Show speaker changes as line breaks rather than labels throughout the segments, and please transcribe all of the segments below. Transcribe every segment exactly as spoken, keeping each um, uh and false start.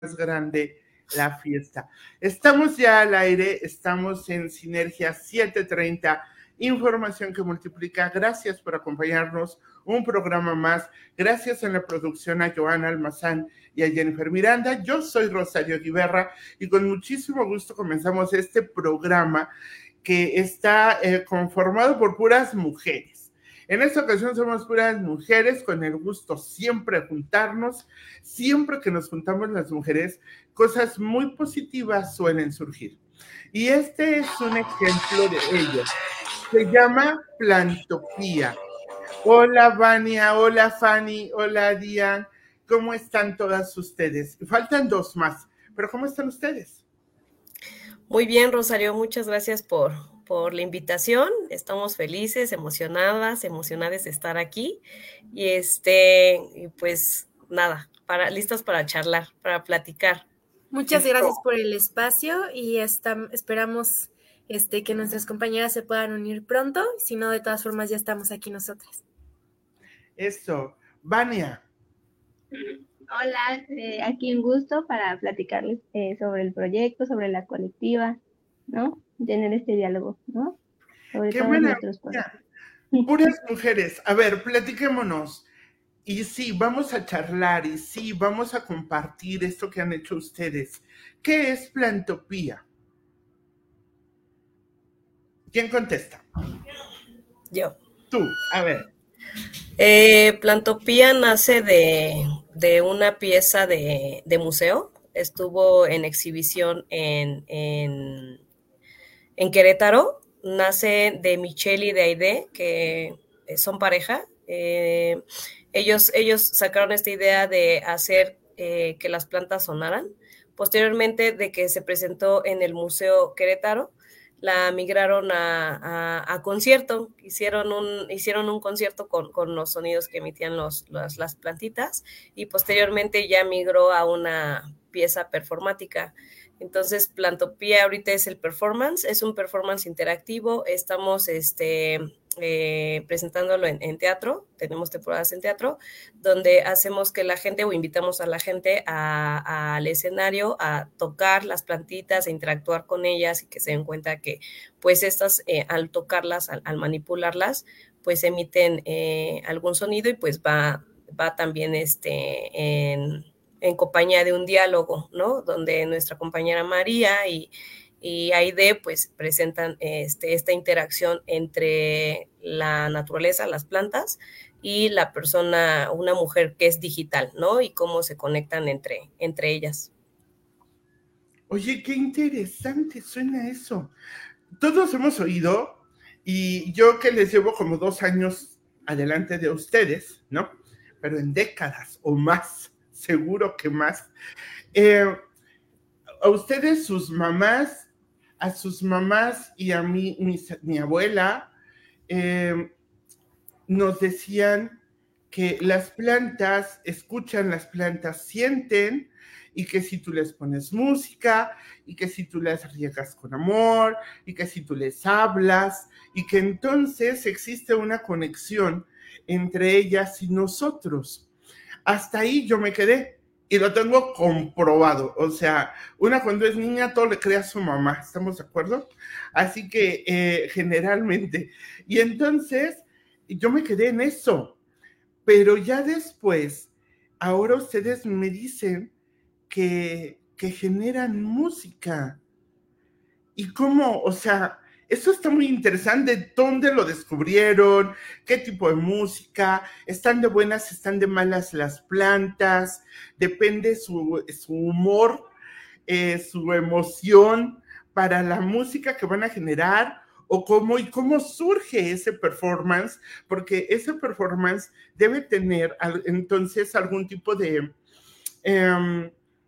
más grande la fiesta. Estamos ya al aire, estamos en Sinergia setecientos treinta, información que multiplica. Gracias por acompañarnos, un programa más. Gracias en la producción a Joana Almazán y a Jennifer Miranda. Yo soy Rosario Guiberra y con muchísimo gusto comenzamos este programa que está eh, conformado por puras mujeres. En esta ocasión somos puras mujeres, con el gusto siempre de juntarnos. Siempre que nos juntamos las mujeres, cosas muy positivas suelen surgir. Y este es un ejemplo de ello. Se llama Plantopía. Hola, Vania, hola, Fanny, hola, Diane. ¿Cómo están todas ustedes? Faltan dos más, pero ¿cómo están ustedes?
Muy bien, Rosario, muchas gracias por, por la invitación. Estamos felices, emocionadas, emocionadas de estar aquí. Y este, y pues nada, para, listas para charlar, para platicar.
Muchas gracias por el espacio y esta, esperamos este, que nuestras compañeras se puedan unir pronto. Si no, de todas formas, ya estamos aquí nosotras.
Eso. Vania.
Hola, eh, aquí un gusto para platicarles eh, sobre el proyecto, sobre la colectiva, ¿no? Tener este diálogo, ¿no? Sobre
Qué
todos
buena.
nuestros proyectos.
Puras mujeres. A ver, platiquémonos. Y sí, vamos a charlar y sí, vamos a compartir esto que han hecho ustedes. ¿Qué es Plantopía? ¿Quién contesta?
Yo.
Tú, a ver.
Eh, Plantopía nace de, de una pieza de, de museo. Estuvo en exhibición en, en, en Querétaro. Nace de Michelle y de Aide, que son pareja. Eh, ellos, ellos sacaron esta idea de hacer eh, que las plantas sonaran. Posteriormente de que se presentó en el Museo Querétaro, la migraron a, a, a concierto, hicieron un, hicieron un concierto con, con los sonidos que emitían los, los, las plantitas y posteriormente ya migró a una pieza performática. Entonces, Plantopía ahorita es el performance, es un performance interactivo, estamos este, eh, presentándolo en, en teatro, tenemos temporadas en teatro, donde hacemos que la gente o invitamos a la gente a, a, al escenario a tocar las plantitas, a interactuar con ellas y que se den cuenta que pues estas eh, al tocarlas, al, al manipularlas, pues emiten eh, algún sonido y pues va, va también este, en... en compañía de un diálogo, ¿no? Donde nuestra compañera María y, y Aide pues presentan este, esta interacción entre la naturaleza, las plantas, y la persona, una mujer que es digital, ¿no? Y cómo se conectan entre, entre ellas.
Oye, qué interesante suena eso. Todos hemos oído, y yo que les llevo como dos años adelante de ustedes, ¿no? Pero en décadas o más, seguro que más. Eh, a ustedes, sus mamás, a sus mamás y a mí, mi, mi abuela, eh, nos decían que las plantas escuchan, las plantas sienten, y que si tú les pones música, y que si tú las riegas con amor, y que si tú les hablas, y que entonces existe una conexión entre ellas y nosotros. Hasta ahí yo me quedé y lo tengo comprobado. O sea, una cuando es niña todo le cree a su mamá, ¿estamos de acuerdo? Así que eh, generalmente. Y entonces yo me quedé en eso. Pero ya después, ahora ustedes me dicen que, que generan música. ¿Y cómo? O sea, eso está muy interesante. ¿Dónde lo descubrieron? ¿Qué tipo de música? ¿Están de buenas, están de malas las plantas? ¿Depende su, su humor, eh, su emoción para la música que van a generar? ¿O cómo y cómo surge ese performance? Porque ese performance debe tener entonces algún tipo de, um,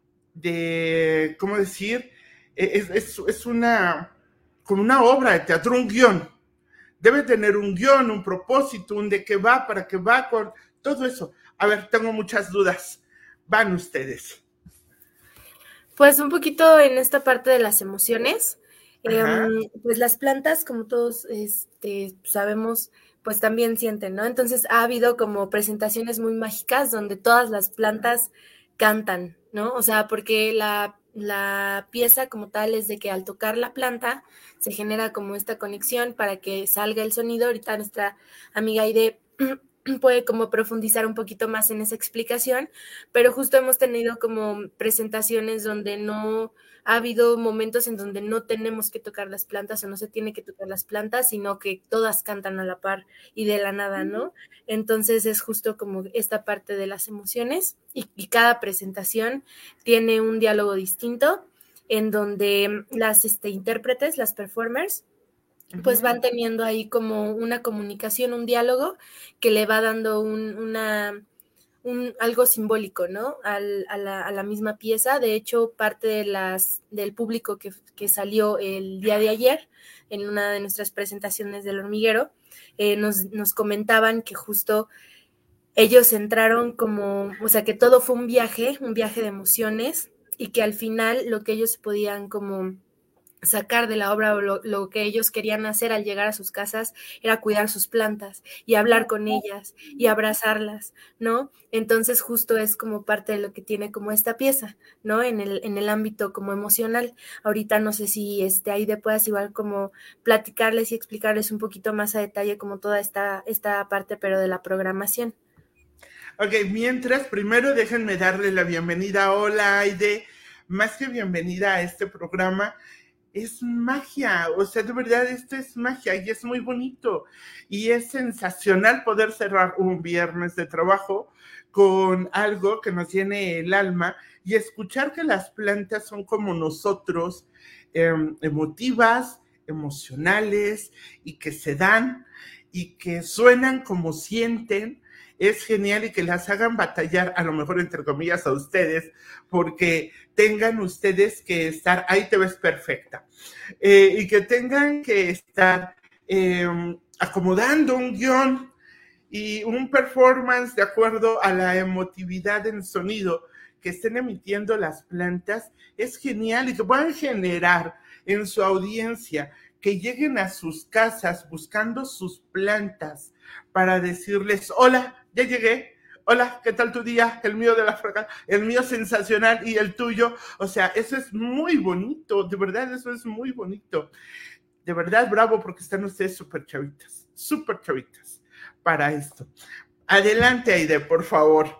de ¿cómo decir? Es, es, es una, como una obra de teatro, un guión. Debe tener un guión, un propósito, un de qué va, para qué va, con todo eso. A ver, tengo muchas dudas. Van ustedes.
Pues un poquito en esta parte de las emociones. Eh, pues las plantas, como todos este, sabemos, pues también sienten, ¿no? Entonces ha habido como presentaciones muy mágicas donde todas las plantas cantan, ¿no? O sea, porque la, la pieza como tal es de que al tocar la planta se genera como esta conexión para que salga el sonido. Ahorita nuestra amiga Aide puede como profundizar un poquito más en esa explicación, pero justo hemos tenido como presentaciones donde no ha habido momentos en donde no tenemos que tocar las plantas o no se tiene que tocar las plantas, sino que todas cantan a la par y de la nada, ¿no? Entonces es justo como esta parte de las emociones y, y cada presentación tiene un diálogo distinto en donde las este, intérpretes, las performers, pues van teniendo ahí como una comunicación, un diálogo que le va dando un, una, un, algo simbólico, ¿no? Al, a, la, a la misma pieza. De hecho, parte de las, del público que, que salió el día de ayer en una de nuestras presentaciones del hormiguero, eh, nos, nos comentaban que justo ellos entraron como, o sea, que todo fue un viaje, un viaje de emociones y que al final lo que ellos podían como sacar de la obra o lo, lo que ellos querían hacer al llegar a sus casas era cuidar sus plantas y hablar con ellas y abrazarlas, ¿no? Entonces justo es como parte de lo que tiene como esta pieza, ¿no? En el, en el ámbito como emocional. Ahorita no sé si este, ahí de puedas igual como platicarles y explicarles un poquito más a detalle como toda esta, esta parte, pero de la programación.
Ok, mientras, primero déjenme darle la bienvenida. Hola, Aide. Más que bienvenida a este programa, es magia, o sea, de verdad esto es magia y es muy bonito y es sensacional poder cerrar un viernes de trabajo con algo que nos llene el alma y escuchar que las plantas son como nosotros, eh, emotivas, emocionales y que se dan y que suenan como sienten. Es genial y que las hagan batallar, a lo mejor entre comillas, a ustedes, porque tengan ustedes que estar, ahí te ves perfecta, eh, y que tengan que estar eh, acomodando un guión y un performance de acuerdo a la emotividad en sonido que estén emitiendo las plantas. Es genial y que puedan generar en su audiencia, que lleguen a sus casas buscando sus plantas para decirles, hola, ya llegué, hola, ¿qué tal tu día? El mío de la fracada, el mío sensacional y el tuyo. O sea, eso es muy bonito, de verdad, eso es muy bonito. De verdad, bravo, porque están ustedes súper chavitas, súper chavitas para esto. Adelante, Aide, por favor.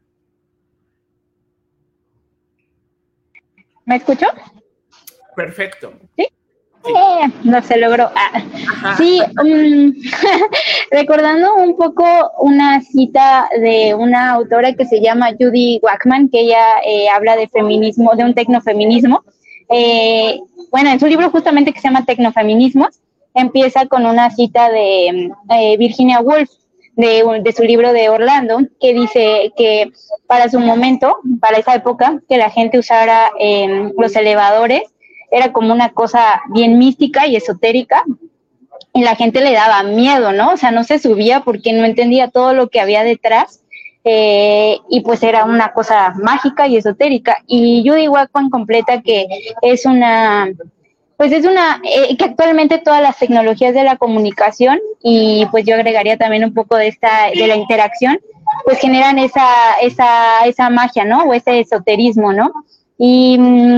¿Me escuchó?
Perfecto.
¿Sí? Sí. Eh, no se logró. Ah, sí, um, recordando un poco una cita de una autora que se llama Judy Wachman, que ella eh, habla de feminismo, de un tecnofeminismo. Eh, bueno, en su libro justamente que se llama Tecnofeminismos, empieza con una cita de eh, Virginia Woolf, de, de su libro de Orlando, que dice que para su momento, para esa época, que la gente usara eh, los elevadores, era como una cosa bien mística y esotérica, y la gente le daba miedo, ¿no? O sea, no se subía porque no entendía todo lo que había detrás, eh, y pues era una cosa mágica y esotérica. Y Judy Wachman completa que es una, pues es una, eh, que actualmente todas las tecnologías de la comunicación, y pues yo agregaría también un poco de esta, de la interacción, pues generan esa, esa, esa magia, ¿no? O ese esoterismo, ¿no? Y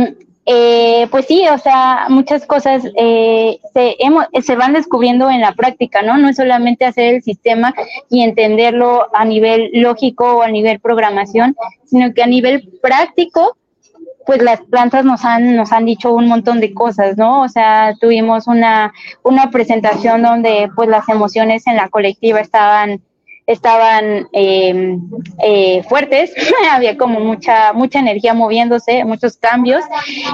Eh, pues sí, o sea, muchas cosas eh, se, hemos, se van descubriendo en la práctica, ¿no? No es solamente hacer el sistema y entenderlo a nivel lógico o a nivel programación, sino que a nivel práctico, pues las plantas nos han, nos han dicho un montón de cosas, ¿no? O sea, tuvimos una, una presentación donde pues las emociones en la colectiva estaban estaban eh, eh, fuertes, había como mucha mucha energía moviéndose, muchos cambios,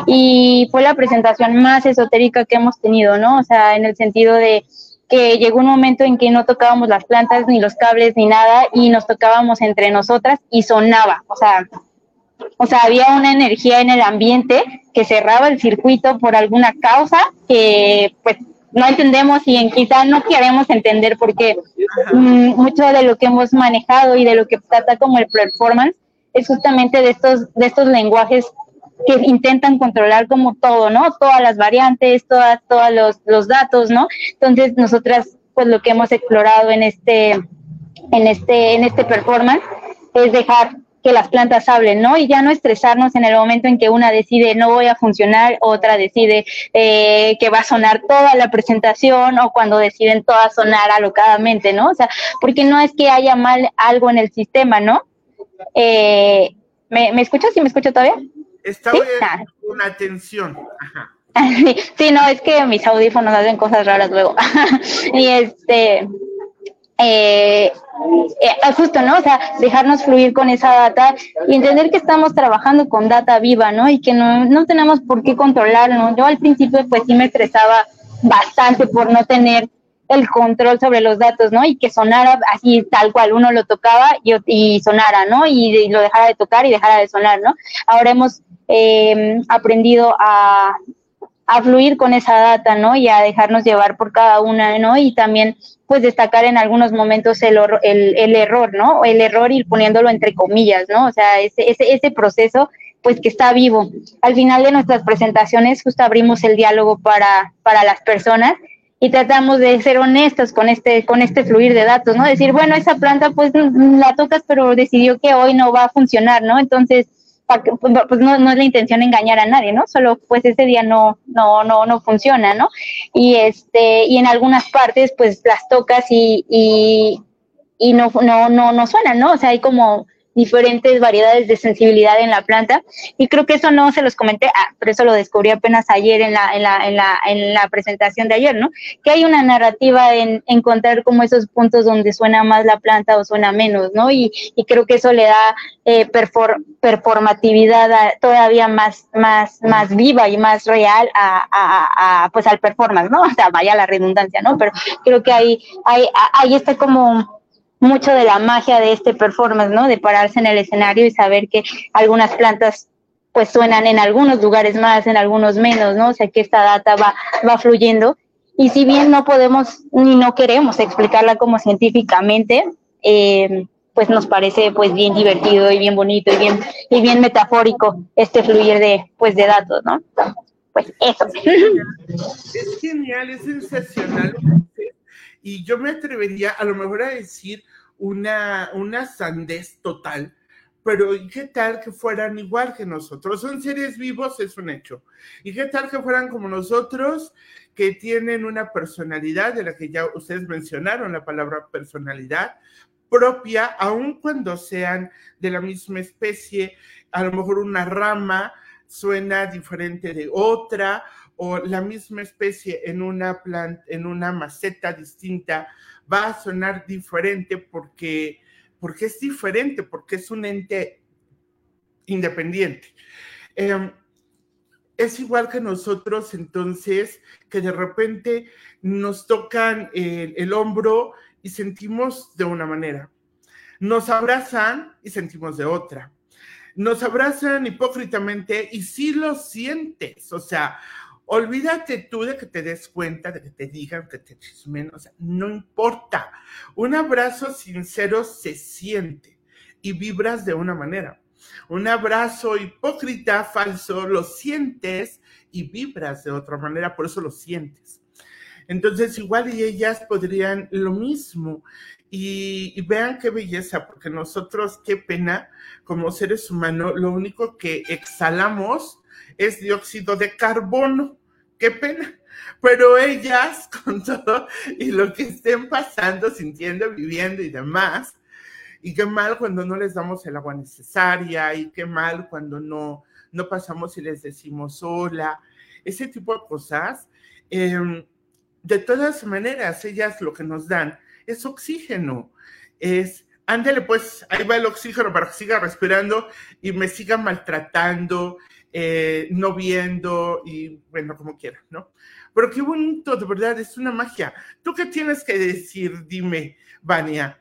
y fue la presentación más esotérica que hemos tenido, ¿no? O sea, en el sentido de que llegó un momento en que no tocábamos las plantas, ni los cables, ni nada, y nos tocábamos entre nosotras y sonaba, o sea, o sea, había una energía en el ambiente que cerraba el circuito por alguna causa que, pues, no entendemos y en quizá no queremos entender, porque mmm, mucho de lo que hemos manejado y de lo que trata como el performance es justamente de estos, de estos lenguajes que intentan controlar como todo, ¿no? Todas las variantes, todas, todos los, los datos, ¿no? Entonces nosotras, pues lo que hemos explorado en este, en este, en este performance es dejar que las plantas hablen, ¿no? Y ya no estresarnos en el momento en que una decide no voy a funcionar, otra decide eh, que va a sonar toda la presentación, o cuando deciden todas sonar alocadamente, ¿no? O sea, porque no es que haya mal algo en el sistema, ¿no? Eh, ¿me, ¿Me escuchas? ¿Sí me escucho todavía?
Está
¿Sí?
bien,
Ah.
con atención. Ajá.
Sí, no, es que mis audífonos hacen cosas raras luego. Y este... Eh, eh, justo, ¿no? O sea, dejarnos fluir con esa data y entender que estamos trabajando con data viva, ¿no? Y que no, no tenemos por qué controlarlo. Yo al principio pues sí me estresaba bastante por no tener el control sobre los datos, ¿no? Y que sonara así tal cual, uno lo tocaba y, y sonara, ¿no? Y, y lo dejara de tocar y dejara de sonar, ¿no? Ahora hemos eh, aprendido a a fluir con esa data, ¿no? Y a dejarnos llevar por cada una, ¿no? Y también, pues, destacar en algunos momentos el, el, el error, ¿no? El error y poniéndolo entre comillas, ¿no? O sea, ese, ese, ese proceso, pues, que está vivo. Al final de nuestras presentaciones, justo abrimos el diálogo para, para las personas y tratamos de ser honestos con este, con este fluir de datos, ¿no? Decir, bueno, esa planta, pues, la tocas, pero decidió que hoy no va a funcionar, ¿no? Entonces, pues no, no es la intención engañar a nadie, ¿no? Solo pues ese día no, no, no, no funciona, ¿no? Y este, y en algunas partes pues las tocas y, y, y no, no, no, no suenan, ¿no? O sea, hay como diferentes variedades de sensibilidad en la planta, y creo que eso no se los comenté, ah, pero eso lo descubrí apenas ayer en la, en la, en la, en la presentación de ayer, ¿no? Que hay una narrativa en encontrar como esos puntos donde suena más la planta o suena menos, ¿no? Y, y creo que eso le da eh, perfor, performatividad a, todavía más, más, más viva y más real a, a, a, pues al performance, ¿no? O sea, vaya la redundancia, ¿no? Pero creo que ahí, ahí, ahí está como mucho de la magia de este performance, ¿no? De pararse en el escenario y saber que algunas plantas pues suenan en algunos lugares más, en algunos menos, ¿no? O sea, que esta data va, va fluyendo. Y si bien no podemos ni no queremos explicarla como científicamente, eh, pues nos parece pues bien divertido y bien bonito y bien, y bien metafórico este fluir de, pues, de datos, ¿no? Pues eso.
Es genial, es sensacional. Y yo me atrevería a lo mejor a decir una, una sandez total, pero ¿y qué tal que fueran igual que nosotros? Son seres vivos, es un hecho. ¿Y qué tal que fueran como nosotros, que tienen una personalidad, de la que ya ustedes mencionaron la palabra personalidad, propia, aun cuando sean de la misma especie? A lo mejor una rama suena diferente de otra, o la misma especie en una planta, en una maceta distinta, va a sonar diferente porque, porque es diferente, porque es un ente independiente. Eh, es igual que nosotros, entonces, que de repente nos tocan el, el hombro y sentimos de una manera. Nos abrazan y sentimos de otra. Nos abrazan hipócritamente y sí lo sientes, o sea, olvídate tú de que te des cuenta, de que te digan, que te chismen, o sea, no importa. Un abrazo sincero se siente y vibras de una manera. Un abrazo hipócrita, falso, lo sientes y vibras de otra manera, por eso lo sientes. Entonces, igual y ellas podrían lo mismo. Y, y vean qué belleza, porque nosotros, qué pena, como seres humanos, lo único que exhalamos es dióxido de carbono. Qué pena. Pero ellas, con todo y lo que estén pasando, sintiendo, viviendo y demás, y qué mal cuando no les damos el agua necesaria, y qué mal cuando no, no pasamos y les decimos hola, ese tipo de cosas. Eh, de todas maneras, ellas lo que nos dan es oxígeno, es, ándale pues, ahí va el oxígeno para que siga respirando y me siga maltratando, eh, no viendo y bueno, como quiera, ¿no? Pero qué bonito, de verdad, es una magia. ¿Tú qué tienes que decir? Dime, Vania.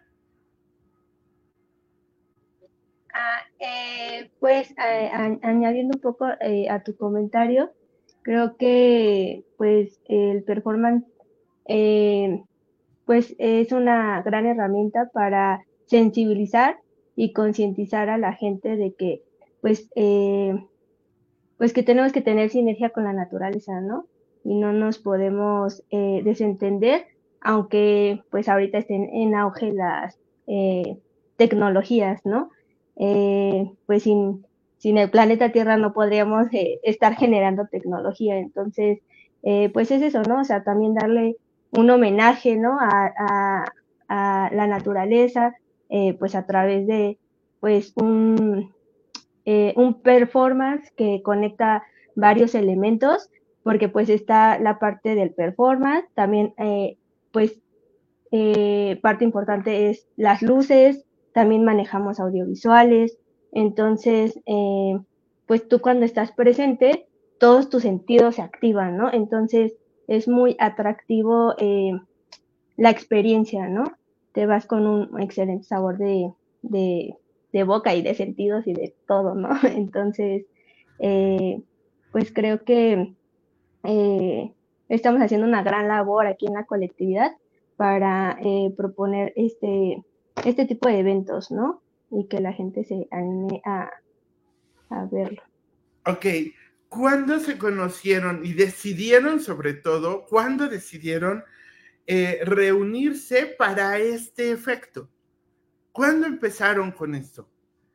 Ah, eh, pues eh, a- añadiendo un poco eh, a tu comentario, creo que pues el performance eh, pues es una gran herramienta para sensibilizar y concientizar a la gente de que pues eh, pues que tenemos que tener sinergia con la naturaleza, ¿no? Y no nos podemos eh, desentender, aunque pues ahorita estén en auge las eh, tecnologías, ¿no? eh, pues sin, sin el planeta Tierra no podríamos eh, estar generando tecnología. Entonces, eh, pues es eso, ¿no? O sea, también darle un homenaje, ¿no? A, a, a la naturaleza, eh, pues a través de, pues, un, eh, un performance que conecta varios elementos, porque pues está la parte del performance, también, eh, pues, eh, parte importante es las luces, también manejamos audiovisuales, entonces, eh, pues tú cuando estás presente, todos tus sentidos se activan, ¿no? Entonces, es muy atractivo eh, la experiencia, ¿no? Te vas con un excelente sabor de, de, de boca y de sentidos y de todo, ¿no? Entonces, eh, pues creo que eh, estamos haciendo una gran labor aquí en la colectividad para eh, proponer este, este tipo de eventos, ¿no? Y que la gente se anime a, a verlo.
Ok, ¿cuándo se conocieron y decidieron, sobre todo, cuándo decidieron eh, reunirse para este efecto? ¿Cuándo empezaron con esto?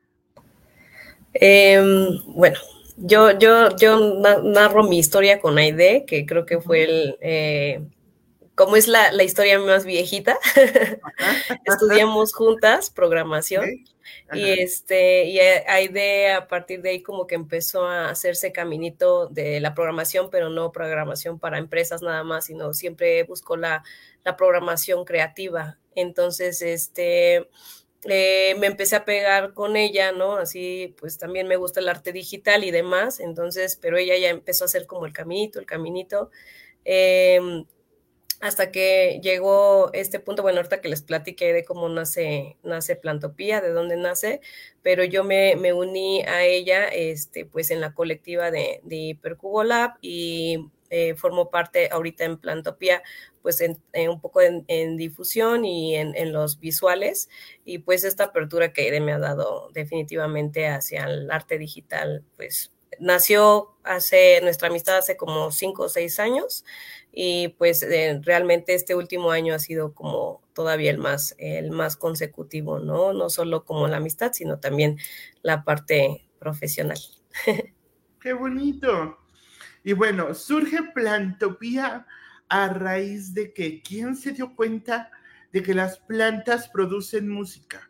Eh, bueno, yo, yo, yo narro mi historia con Aide, que creo que fue el... Eh, como es la, la historia más viejita, estudiamos juntas programación, okay. y este y Aide a partir de ahí como que empezó a hacerse caminito de la programación, pero no programación para empresas nada más, sino siempre buscó la, la programación creativa. Entonces, este... Eh, me empecé a pegar con ella, ¿no? Así, pues también me gusta el arte digital y demás, entonces, pero ella ya empezó a hacer como el caminito, el caminito, eh, hasta que llegó este punto, bueno, ahorita que les platiqué de cómo nace, nace Plantopía, de dónde nace, pero yo me, me uní a ella, este, pues en la colectiva de, de Hipercubo Lab y eh, formo parte ahorita en Plantopía, pues en, en un poco en, en difusión y en, en los visuales, y pues esta apertura que Aide me ha dado definitivamente hacia el arte digital, pues nació hace, nuestra amistad hace como cinco o seis años, y pues eh, realmente este último año ha sido como todavía el más, el más consecutivo, ¿no? No solo como la amistad, sino también la parte profesional.
¡Qué bonito! Y bueno, surge Plantopía a raíz de que, ¿quién se dio cuenta de que las plantas producen música?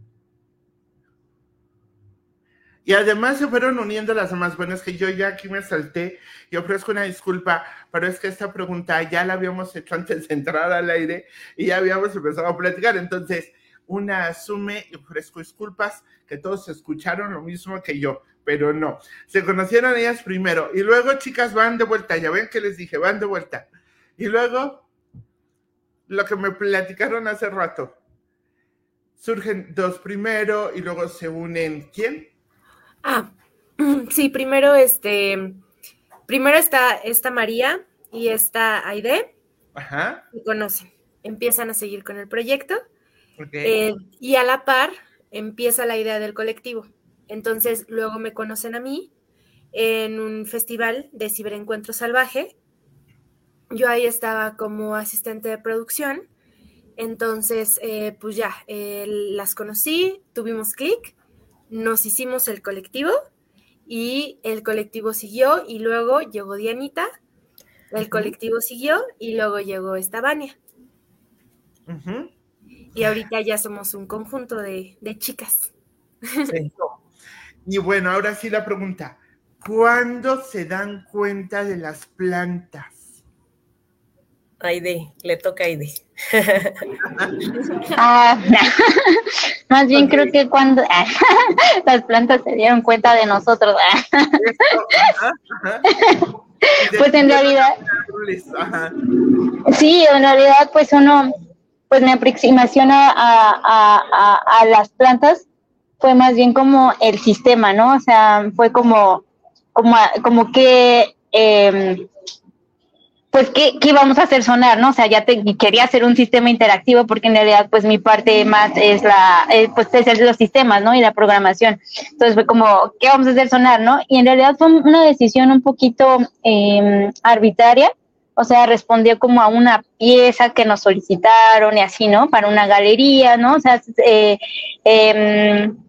Y además se fueron uniendo las demás. Bueno, es que yo ya aquí me salté y ofrezco una disculpa, pero es que esta pregunta ya la habíamos hecho antes de entrar al aire y ya habíamos empezado a platicar. Entonces, una asume y ofrezco disculpas que todos escucharon lo mismo que yo, pero no. Se conocieron ellas primero y luego, chicas, van de vuelta. Ya ven que les dije, van de vuelta. Y luego, lo que me platicaron hace rato. Surgen dos primero y luego se unen, ¿quién?
Ah, sí, primero este, primero está esta María y esta Aide.
Ajá.
Se conocen, empiezan a seguir con el proyecto.
Okay.
Eh, y a la par empieza la idea del colectivo. Entonces luego me conocen a mí en un festival de ciberencuentro salvaje. Yo ahí estaba como asistente de producción. Entonces, eh, pues ya, eh, las conocí, tuvimos clic, nos hicimos el colectivo y el colectivo siguió y luego llegó Dianita, el uh-huh. colectivo siguió y luego llegó esta Vania.
Uh-huh.
Y ahorita ya somos un conjunto de, de chicas.
Sí. Y bueno, ahora sí la pregunta, ¿cuándo se dan cuenta de las plantas?
Aide, le toca a Aide.
Ah, más bien okay. Creo que cuando ah, las plantas se dieron cuenta de nosotros. Ah. Ajá, ajá. Pues en realidad, ajá. Sí, en realidad pues uno, pues mi aproximación a, a, a, a las plantas fue más bien como el sistema, ¿no? O sea, fue como, como, como que... Eh, pues, ¿qué, qué íbamos a hacer sonar, no? O sea, ya te, quería hacer un sistema interactivo porque en realidad, pues, mi parte más es la, eh, pues, es los sistemas, ¿no? Y la programación. Entonces fue como, ¿qué vamos a hacer sonar, no? Y en realidad fue una decisión un poquito eh, arbitraria. O sea, respondió como a una pieza que nos solicitaron y así, ¿no? Para una galería, ¿no? O sea, eh, eh,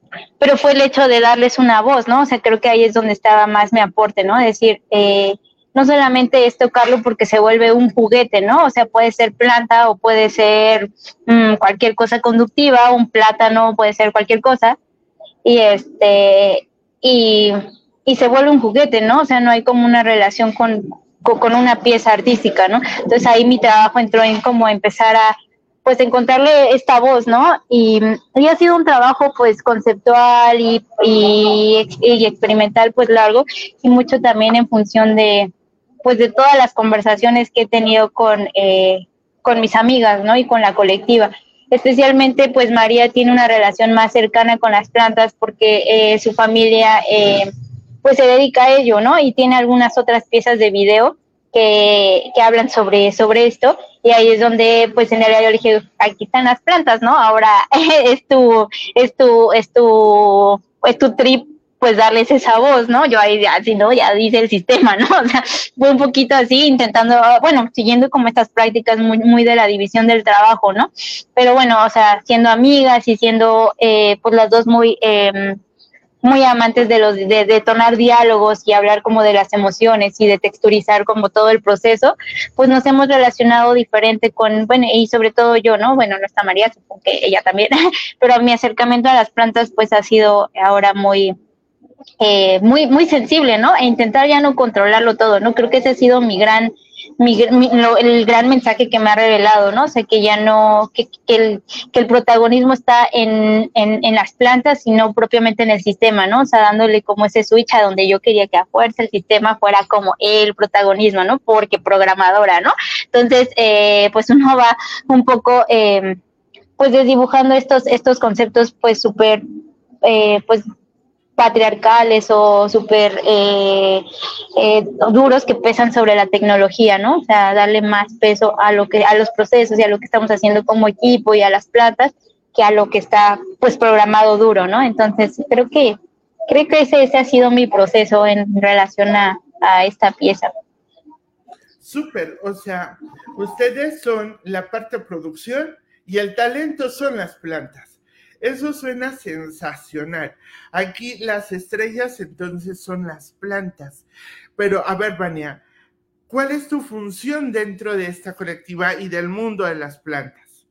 pero fue el hecho de darles una voz, ¿no? O sea, creo que ahí es donde estaba más mi aporte, ¿no? Es decir, eh, no solamente es tocarlo porque se vuelve un juguete, ¿no? O sea, puede ser planta o puede ser mmm, cualquier cosa conductiva, un plátano, puede ser cualquier cosa, y este, y, y se vuelve un juguete, ¿no? O sea, no hay como una relación con, con, con una pieza artística, ¿no? Entonces ahí mi trabajo entró en como empezar a pues encontrarle esta voz, ¿no? Y, y ha sido un trabajo pues conceptual y, y, y experimental pues largo y mucho también en función de pues de todas las conversaciones que he tenido con, eh, con mis amigas, ¿no? Y con la colectiva. Especialmente pues María tiene una relación más cercana con las plantas porque eh, su familia eh, pues se dedica a ello, ¿no? Y tiene algunas otras piezas de video que, que hablan sobre, sobre esto, y ahí es donde pues en realidad yo le dije, aquí están las plantas, ¿no? Ahora es tu, es tu, es tu, es tu trip pues darles esa voz, ¿no? Yo ahí ya, si no, ya dice el sistema, ¿no? O sea, fue un poquito así, intentando, bueno, siguiendo como estas prácticas muy, muy de la división del trabajo, ¿no? Pero bueno, o sea, siendo amigas y siendo eh, pues las dos muy... Eh, muy amantes de los de detonar diálogos y hablar como de las emociones y de texturizar como todo el proceso, pues nos hemos relacionado diferente con, bueno, y sobre todo yo, ¿no? Bueno, no está María, supongo que ella también, pero mi acercamiento a las plantas pues ha sido ahora muy eh, muy muy sensible, ¿no? E intentar ya no controlarlo todo, ¿no? Creo que ese ha sido mi gran Mi, mi, lo, el gran mensaje que me ha revelado, ¿no? O sea, que ya no, que, que, el, que el protagonismo está en, en, en las plantas y no propiamente en el sistema, ¿no? O sea, dándole como ese switch a donde yo quería que a fuerza el sistema fuera como el protagonismo, ¿no? Porque programadora, ¿no? Entonces, eh, pues uno va un poco, eh, pues desdibujando estos, estos conceptos, pues súper, eh, pues patriarcales o súper eh, eh, duros que pesan sobre la tecnología, ¿no? O sea, darle más peso a lo que a los procesos y a lo que estamos haciendo como equipo y a las plantas que a lo que está pues programado duro, ¿no? Entonces, creo que creo que ese, ese ha sido mi proceso en relación a, a esta pieza.
Súper, o sea, ustedes son la parte de producción y el talento son las plantas. Eso suena sensacional. Aquí las estrellas entonces son las plantas. Pero a ver, Vania, ¿cuál es tu función dentro de esta colectiva y del mundo de las plantas?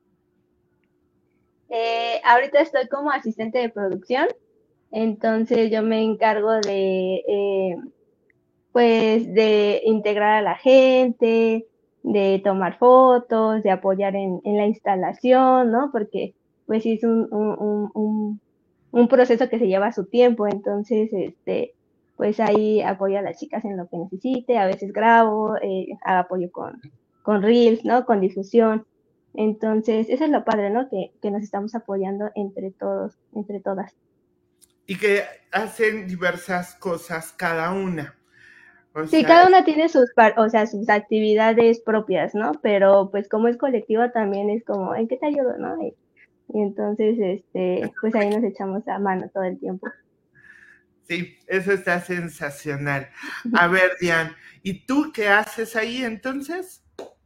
Eh, ahorita estoy como asistente de producción, entonces yo me encargo de, eh, pues, de integrar a la gente, de tomar fotos, de apoyar en, en la instalación, ¿no? Porque pues sí es un, un, un, un proceso que se lleva su tiempo, entonces, este, pues ahí apoyo a las chicas en lo que necesite, a veces grabo, eh, apoyo con, con Reels, ¿no? Con difusión. Entonces, eso es lo padre, ¿no? Que, que nos estamos apoyando entre todos, entre todas.
Y que hacen diversas cosas cada una.
O sí, sea, cada una tiene sus, o sea, sus actividades propias, ¿no? Pero pues como es colectivo también es como, ¿en qué te ayudo, no? Y, y entonces, este, pues ahí nos echamos a mano todo el tiempo.
Sí, eso está sensacional. A ver, Diane, ¿y tú qué haces ahí entonces?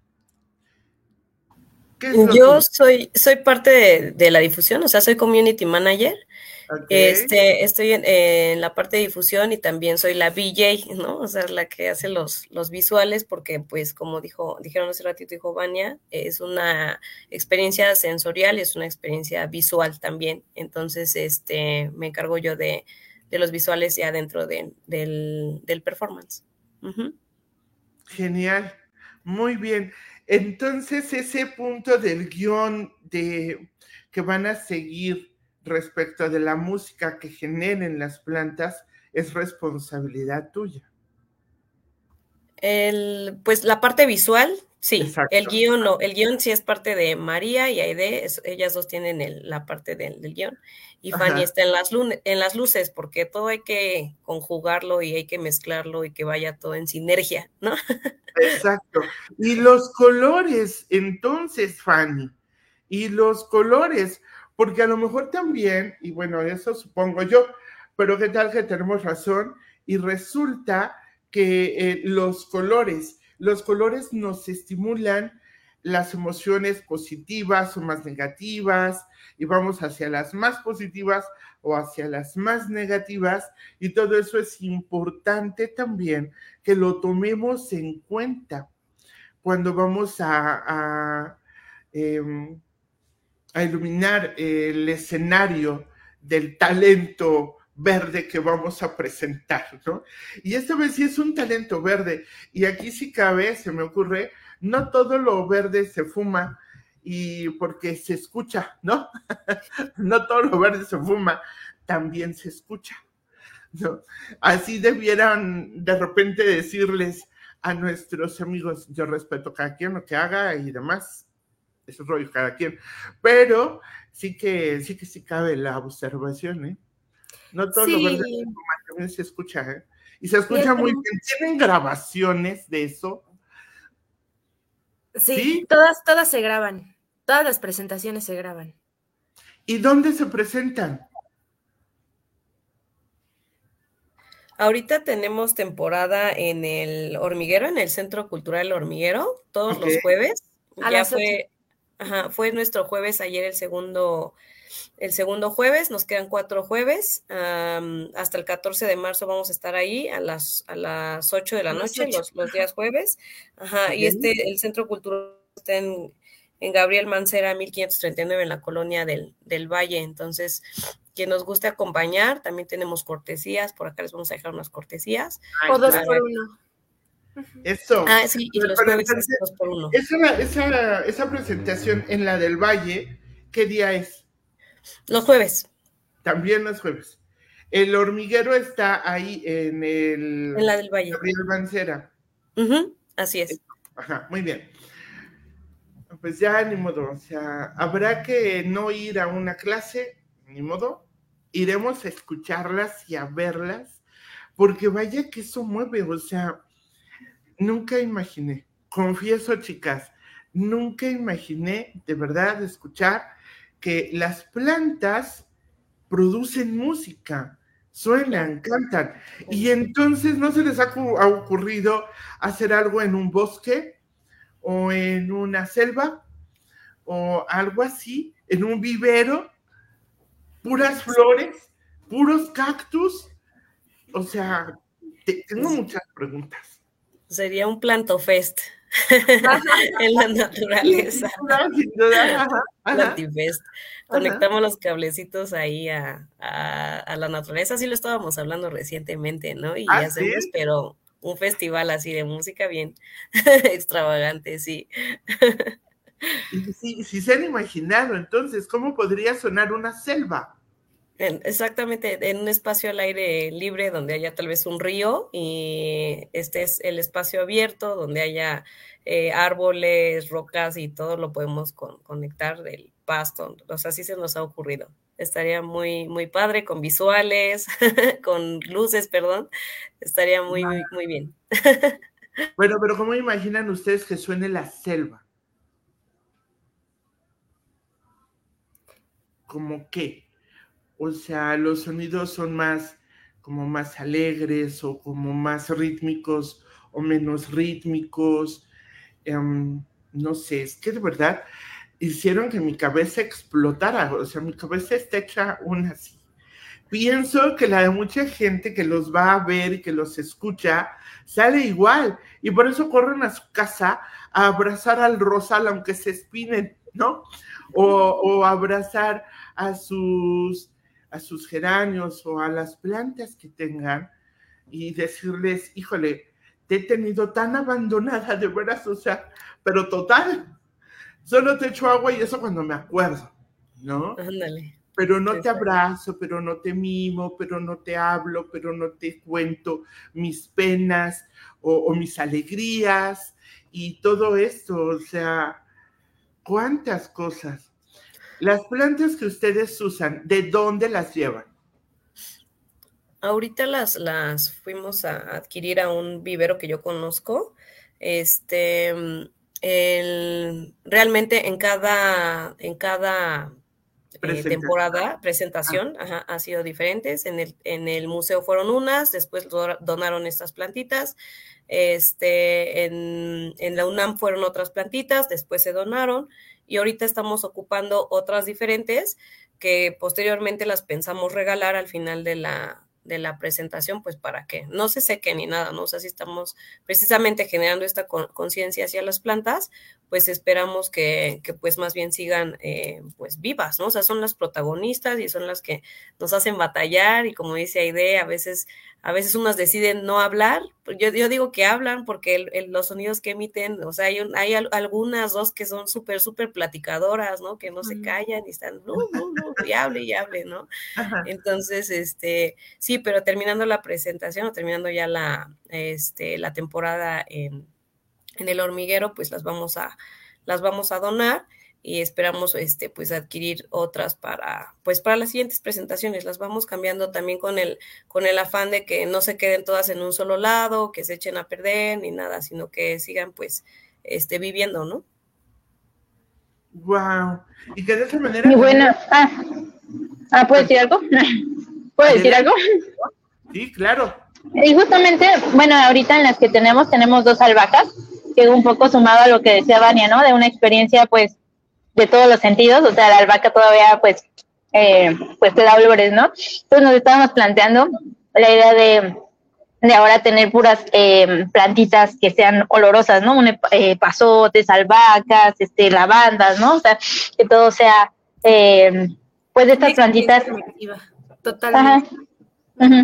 ¿Qué es lo Yo que... soy, soy parte de, de la difusión, o sea, soy community manager. Okay. Este, estoy en, en la parte de difusión y también soy la V J, ¿no? O sea, la que hace los, los visuales, porque pues como dijo, dijeron hace ratito, dijo Vania, es una experiencia sensorial y es una experiencia visual también. Entonces, este, me encargo yo de, de los visuales ya dentro de, del, del performance. Uh-huh.
Genial, muy bien. Entonces, ese punto del guión de que van a seguir respecto de la música que generen las plantas es responsabilidad tuya.
El, pues la parte visual, sí. Exacto. El guión no, el guión sí es parte de María y Aide, es, ellas dos tienen el, la parte del, del guión, y Fanny Ajá. está en las, lune, en las luces, porque todo hay que conjugarlo y hay que mezclarlo y que vaya todo en sinergia, ¿no?
Exacto. Y los colores, entonces, Fanny, y los colores, porque a lo mejor también, y bueno, eso supongo yo, pero qué tal que tenemos razón, y resulta que eh, los colores, los colores nos estimulan las emociones positivas o más negativas, y vamos hacia las más positivas o hacia las más negativas, y todo eso es importante también que lo tomemos en cuenta cuando vamos a, a, eh, a iluminar el escenario del talento verde que vamos a presentar, ¿no? Y esta vez sí es un talento verde, y aquí sí cabe, se me ocurre, no todo lo verde se fuma, y porque se escucha, ¿no? No todo lo verde se fuma, también se escucha, ¿no? Así debieran de repente decirles a nuestros amigos, yo respeto cada quien lo que haga y demás, eso es rollo cada quien, pero sí que sí que sí cabe la observación, ¿eh? No todo
Sí.
lo verde se fuma, también se escucha, ¿eh? Y se escucha muy bien. ¿Tienen grabaciones de eso?
Sí,
¿Sí?
todas, todas se graban. Todas las presentaciones se graban.
¿Y dónde se presentan?
Ahorita tenemos temporada en el Hormiguero, en el Centro Cultural Hormiguero, todos
Okay.
los jueves.
A
ya
las
fue, ajá, fue nuestro jueves ayer el segundo, el segundo jueves, nos quedan cuatro jueves, um, hasta el catorce de marzo vamos a estar ahí a las, a las ocho de la
A las
noche,
ocho.
los, los días jueves, ajá,
Okay.
y este, el Centro Cultural está en, en Gabriel Mancera, mil quinientos treinta y nueve, en la colonia del, del Valle. Entonces, quien nos guste acompañar, también tenemos cortesías, por acá les vamos a dejar unas cortesías.
Ay,
O dos
claro.
por uno.
Eso.
Ah, sí, y
Pero
los jueves es
entonces,
dos por uno.
esa, esa, esa presentación en la del Valle, ¿qué día es?
Los jueves.
También los jueves. El Hormiguero está ahí en el...
En la del Valle.
Gabriel Mancera.
Uh-huh, así es.
Ajá, muy bien. Pues ya, ni modo, o sea, habrá que no ir a una clase, ni modo, iremos a escucharlas y a verlas, porque vaya que eso mueve, o sea, nunca imaginé, confieso, chicas, nunca imaginé de verdad escuchar que las plantas producen música, suenan, cantan, y entonces no se les ha, ha ocurrido hacer algo en un bosque o en una selva o algo así, en un vivero, puras flores, puros cactus, o sea, te, tengo muchas preguntas.
Sería un plantofest en la naturaleza.
Sin duda, sin duda. Ajá, ajá.
Plantifest. Conectamos los cablecitos ahí a, a, a la naturaleza, así lo estábamos hablando recientemente, ¿no? Y
¿Ah,
hacemos,
sí?
pero un festival así de música bien extravagante, sí.
Y si, si se han imaginado, entonces, ¿cómo podría sonar una selva?
En, exactamente, en un espacio al aire libre donde haya tal vez un río y este es el espacio abierto donde haya eh, árboles, rocas y todo lo podemos con, conectar del pasto. O sea, así se nos ha ocurrido. Estaría muy, muy padre con visuales, con luces, perdón. Estaría muy, muy, muy bien.
Bueno, pero ¿cómo imaginan ustedes que suene la selva? ¿Cómo qué? O sea, los sonidos son más, como más alegres o como más rítmicos o menos rítmicos. Um, no sé, es que de verdad hicieron que mi cabeza explotara. O sea, mi cabeza está hecha una así. Pienso que la de mucha gente que los va a ver y que los escucha sale igual. Y por eso corren a su casa a abrazar al rosal aunque se espinen, ¿no? O, o abrazar a sus... a sus geranios o a las plantas que tengan y decirles, híjole, te he tenido tan abandonada, de veras, o sea, pero total, solo te echo agua y eso cuando me acuerdo, ¿no?
Ándale.
Pero no te abrazo, pero no te mimo, pero no te hablo, pero no te cuento mis penas o, o mis alegrías y todo esto, o sea, cuántas cosas. Las plantas que ustedes usan, ¿de dónde las llevan?
Ahorita las, las fuimos a adquirir a un vivero que yo conozco. Este, el, realmente en cada, en cada eh, temporada, presentación, ah. ajá, ha sido diferentes. En el, en el museo fueron unas, después donaron estas plantitas. Este, en, en la UNAM fueron otras plantitas, después se donaron, y ahorita estamos ocupando otras diferentes que posteriormente las pensamos regalar al final de la, de la presentación, pues para que no se sequen ni nada, ¿no? O sea, si estamos precisamente generando esta conciencia hacia las plantas, pues esperamos que, que pues más bien sigan eh, pues vivas, ¿no? O sea, son las protagonistas y son las que nos hacen batallar, y como dice Aide, a veces, a veces unas deciden no hablar. Yo, yo digo que hablan porque el, el, los sonidos que emiten, o sea, hay, un, hay algunas dos que son súper, súper platicadoras, ¿no? Que no se callan y están, no, no, no, y hable y hable, ¿no? Ajá. Entonces, este, sí, pero terminando la presentación o terminando ya la, este, la temporada en, en el hormiguero, pues las vamos a, las vamos a donar, y esperamos este pues adquirir otras para pues para las siguientes presentaciones. Las vamos cambiando también con el con el afán de que no se queden todas en un solo lado, que se echen a perder ni nada, sino que sigan pues este viviendo, ¿no?
Wow. Y que de esa manera.
Muy buena. Ah, ah ¿puedo decir algo? ¿Puedo decir algo?
Sí, claro.
Y justamente, bueno, ahorita en las que tenemos, tenemos dos albahacas, que un poco sumado a lo que decía Vania, ¿no? De una experiencia, pues, de todos los sentidos, o sea, la albahaca todavía, pues, eh, pues te da olores, ¿no? Entonces nos estábamos planteando la idea de, de ahora tener puras eh, plantitas que sean olorosas, ¿no? Un, eh, pasotes, albahacas, este, lavandas, ¿no? O sea, que todo sea, eh, pues, de estas plantitas.
Totalmente.
Ajá. Uh-huh.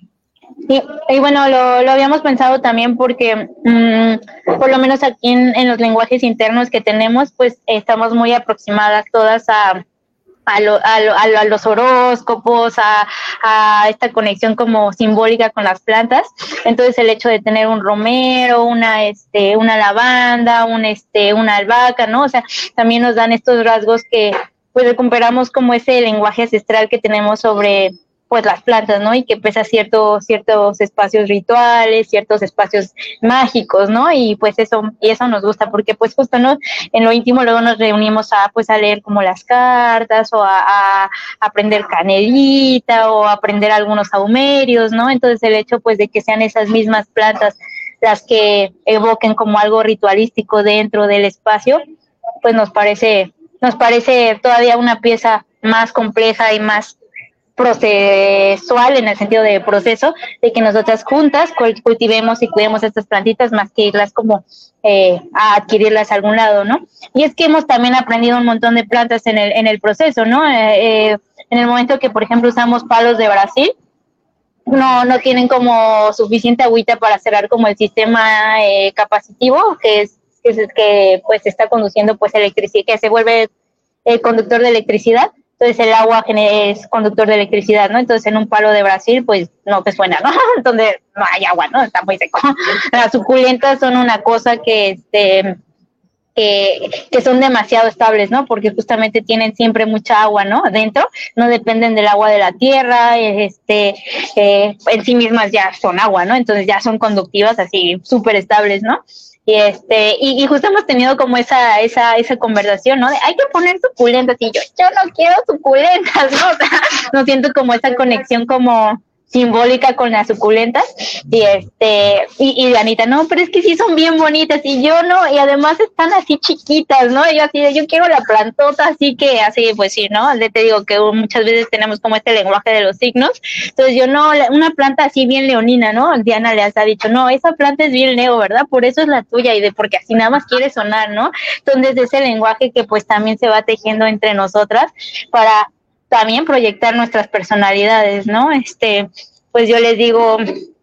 Y, y bueno, lo, lo habíamos pensado también porque mmm, por lo menos aquí en, en los lenguajes internos que tenemos, pues estamos muy aproximadas todas a, a, lo, a, lo, a, lo, a los horóscopos, a, a esta conexión como simbólica con las plantas. Entonces el hecho de tener un romero, una este una lavanda, un este una albahaca, ¿no? O sea, también nos dan estos rasgos que pues recuperamos como ese lenguaje ancestral que tenemos sobre pues las plantas, ¿no? Y que pesa ciertos ciertos espacios rituales, ciertos espacios mágicos, ¿no? Y pues eso y eso nos gusta porque pues justo, ¿no? En lo íntimo luego nos reunimos a pues a leer como las cartas o a, a aprender canelita o a aprender algunos saumerios, ¿no? Entonces el hecho pues de que sean esas mismas plantas las que evoquen como algo ritualístico dentro del espacio, pues nos parece nos parece todavía una pieza más compleja y más procesual en el sentido de proceso, de que nosotras juntas cultivemos y cuidemos estas plantitas más que irlas como eh, a adquirirlas a algún lado, ¿no? Y es que hemos también aprendido un montón de plantas en el, en el proceso, ¿no? Eh, eh, en el momento que, por ejemplo, usamos palos de Brasil, no no tienen como suficiente agüita para cerrar como el sistema eh, capacitivo, que es que, es, que pues está conduciendo pues electricidad, que se vuelve el conductor de electricidad. Entonces el agua es conductor de electricidad, ¿no? Entonces en un palo de Brasil, pues no te suena, ¿no? Entonces no hay agua, ¿no? Está muy seco. Las suculentas son una cosa que, este, que, que son demasiado estables, ¿no? Porque justamente tienen siempre mucha agua, ¿no? Dentro, no dependen del agua de la tierra, este, eh, en sí mismas ya son agua, ¿no? Entonces ya son conductivas así súper estables, ¿no? Y este, y, y justo hemos tenido como esa, esa, esa conversación, ¿no? De hay que poner suculentas, y yo, yo no quiero suculentas, ¿no? O sea, no siento como esa conexión como simbólica con las suculentas, y este, y, y Anita, no, pero es que sí son bien bonitas, y yo no, y además están así chiquitas, ¿no? Y yo así de, yo quiero la plantota, así que, así, pues sí, ¿no? Te digo que muchas veces tenemos como este lenguaje de los signos, entonces yo no, una planta así bien leonina, ¿no? Diana les ha dicho, no, esa planta es bien Leo, ¿verdad? Por eso es la tuya, y de porque así nada más quiere sonar, ¿no? Entonces ese lenguaje que pues también se va tejiendo entre nosotras para también proyectar nuestras personalidades, ¿no? Este, pues yo les digo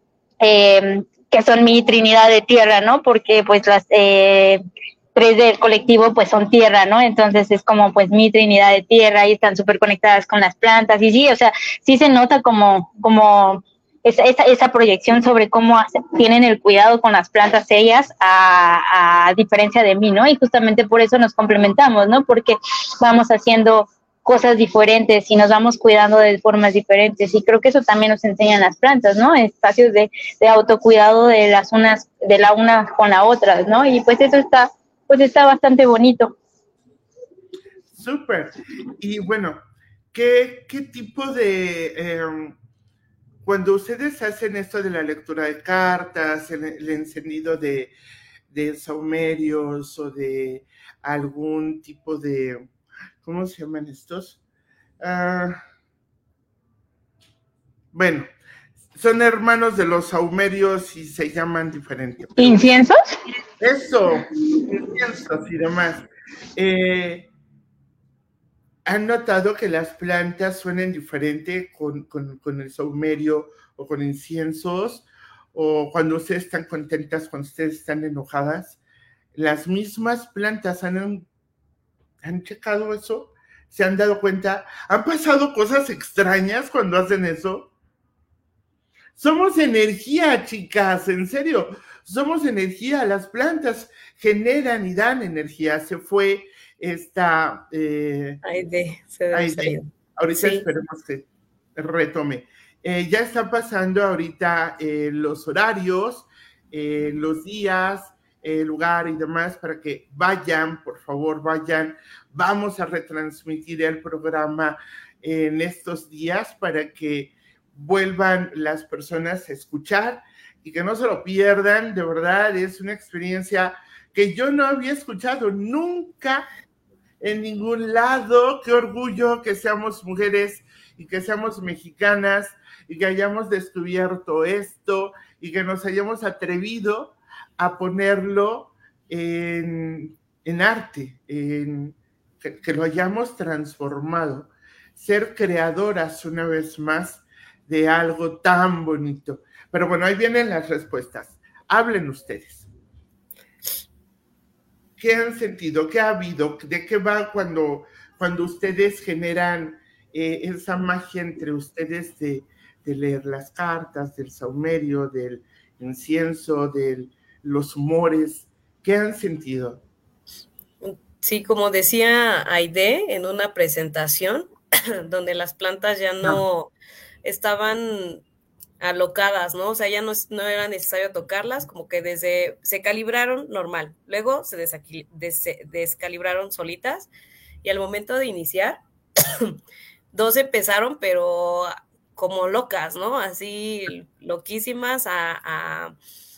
eh, que son mi trinidad de tierra, ¿no? Porque pues las eh, tres del colectivo pues son tierra, ¿no? Entonces es como pues mi trinidad de tierra y están súper conectadas con las plantas y sí, o sea, sí se nota como, como esa, esa, esa proyección sobre cómo hace, tienen el cuidado con las plantas ellas a, a diferencia de mí, ¿no? Y justamente por eso nos complementamos, ¿no? Porque vamos haciendo cosas diferentes y nos vamos cuidando de formas diferentes, y creo que eso también nos enseñan las plantas, ¿no? Espacios de, de autocuidado de las unas, de la una con la otra, ¿no? Y pues eso está, pues está bastante bonito.
Súper. Y bueno, ¿qué, qué tipo de... Eh, cuando ustedes hacen esto de la lectura de cartas, el, el encendido de, de saumerios o de algún tipo de... ¿Cómo se llaman estos? Uh, bueno, son hermanos de los saumerios y se llaman diferente.
¿Inciensos?
Eso, inciensos y demás. Eh, ¿Han notado que las plantas suenen diferente con, con, con el saumerio o con inciensos? O cuando ustedes están contentas, cuando ustedes están enojadas, las mismas plantas han, han checado eso, se han dado cuenta, han pasado cosas extrañas cuando hacen eso. Somos energía, chicas, en serio, somos energía, las plantas generan y dan energía. Se fue esta... Eh,
Aide, se debe
Aide. Ahorita sí. Esperemos que retome. Eh, ya está pasando ahorita eh, los horarios, eh, los días, el lugar y demás para que vayan, por favor, vayan. Vamos a retransmitir el programa en estos días para que vuelvan las personas a escuchar y que no se lo pierdan. De verdad, es una experiencia que yo no había escuchado nunca en ningún lado. Qué orgullo que seamos mujeres y que seamos mexicanas y que hayamos descubierto esto y que nos hayamos atrevido a ponerlo en, en arte, en, que, que lo hayamos transformado, ser creadoras una vez más de algo tan bonito. Pero bueno, ahí vienen las respuestas. Hablen ustedes. ¿Qué han sentido? ¿Qué ha habido? ¿De qué va cuando, cuando ustedes generan eh, esa magia entre ustedes de, de leer las cartas, del saumerio, del incienso, de los humores? ¿Qué han sentido?
Sí, como decía Aide en una presentación, donde las plantas ya no, no. estaban alocadas, ¿no? O sea, ya no, no era necesario tocarlas, como que desde, se calibraron normal, luego se desaqui, des, descalibraron solitas, y al momento de iniciar, dos empezaron, pero como locas, ¿no? Así, loquísimas a, a,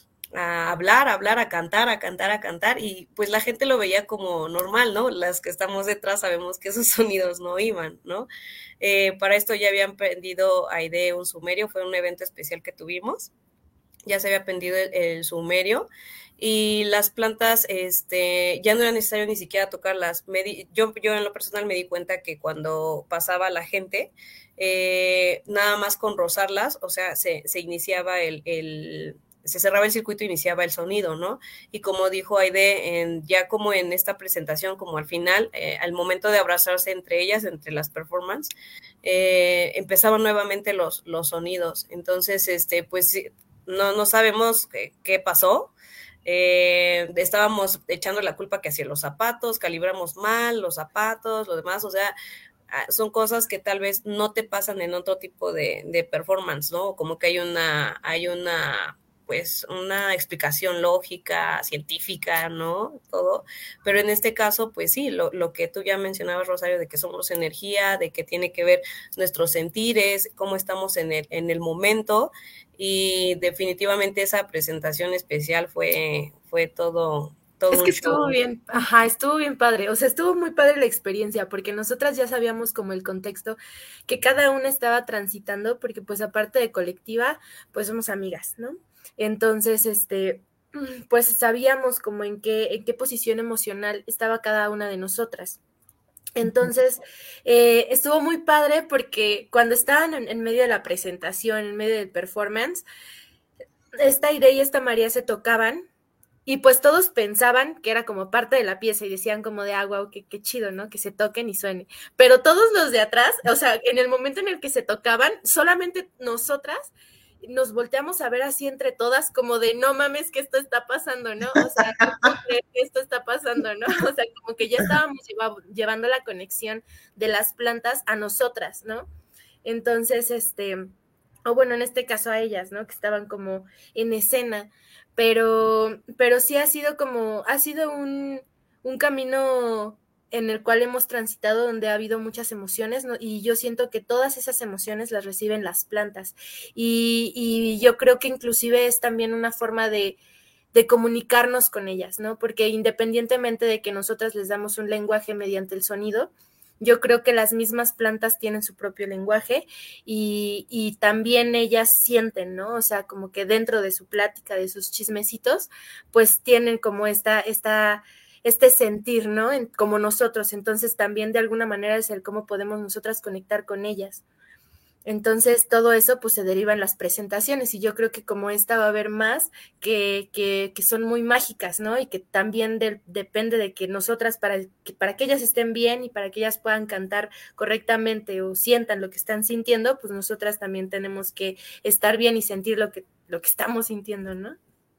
a hablar, a hablar, a cantar, a cantar, a cantar, y pues la gente lo veía como normal, ¿no? Las que estamos detrás sabemos que esos sonidos no iban, ¿no? Eh, para esto ya habían prendido Aide un sumerio, fue un evento especial que tuvimos, ya se había prendido el, el sumerio, y las plantas este, ya no era necesario ni siquiera tocarlas. Me di, yo, yo en lo personal me di cuenta que cuando pasaba la gente, eh, nada más con rozarlas, o sea, se, se iniciaba el... el se cerraba el circuito e iniciaba el sonido, ¿no? Y como dijo Aide, en, ya como en esta presentación, como al final, eh, al momento de abrazarse entre ellas, entre las performances, eh, empezaban nuevamente los, los sonidos. Entonces, este, pues, no, no sabemos qué, qué pasó. Eh, estábamos echando la culpa que hacia los zapatos, calibramos mal los zapatos, lo demás, o sea, son cosas que tal vez no te pasan en otro tipo de, de performance, ¿no? Como que hay una, hay una pues una explicación lógica, científica, ¿no? Todo, pero en este caso, pues sí, lo, lo que tú ya mencionabas, Rosario, de que somos energía, de que tiene que ver nuestros sentires, cómo estamos en el, en el momento, y definitivamente esa presentación especial fue, fue todo...
Es que estuvo bien, ajá, estuvo bien padre, o sea, estuvo muy padre la experiencia, porque nosotras ya sabíamos como el contexto que cada una estaba transitando, porque pues aparte de colectiva, pues somos amigas, ¿no? Entonces, este, pues sabíamos como en qué, en qué posición emocional estaba cada una de nosotras. Entonces, eh, estuvo muy padre porque cuando estaban en, en medio de la presentación, en medio del performance, esta Aide y esta María se tocaban, y pues todos pensaban que era como parte de la pieza y decían como de, ah, wow, qué, qué chido, ¿no? Que se toquen y suene. Pero todos los de atrás, o sea, en el momento en el que se tocaban, solamente nosotras nos volteamos a ver así entre todas como de, no mames, que esto está pasando, ¿no? O sea, no puedo creer que esto está pasando, ¿no? O sea, como que ya estábamos lleva, llevando la conexión de las plantas a nosotras, ¿no? Entonces, este, o bueno, en este caso a ellas, ¿no? Que estaban como en escena. Pero, pero sí ha sido como, ha sido un, un camino en el cual hemos transitado, donde ha habido muchas emociones, ¿no? Y yo siento que todas esas emociones las reciben las plantas. Y, y yo creo que inclusive es también una forma de, de comunicarnos con ellas, ¿no? Porque independientemente de que nosotras les damos un lenguaje mediante el sonido, yo creo que las mismas plantas tienen su propio lenguaje y, y también ellas sienten, ¿no? O sea, como que dentro de su plática, de sus chismecitos, pues tienen como esta, esta, este sentir, ¿no? En, como nosotros. Entonces también de alguna manera es el cómo podemos nosotras conectar con ellas. Entonces todo eso pues se deriva en las presentaciones y yo creo que como esta va a haber más que, que, que son muy mágicas, ¿no? Y que también de, depende de que nosotras, para que, para que ellas estén bien y para que ellas puedan cantar correctamente o sientan lo que están sintiendo, pues nosotras también tenemos que estar bien y sentir lo que, lo que estamos sintiendo, ¿no?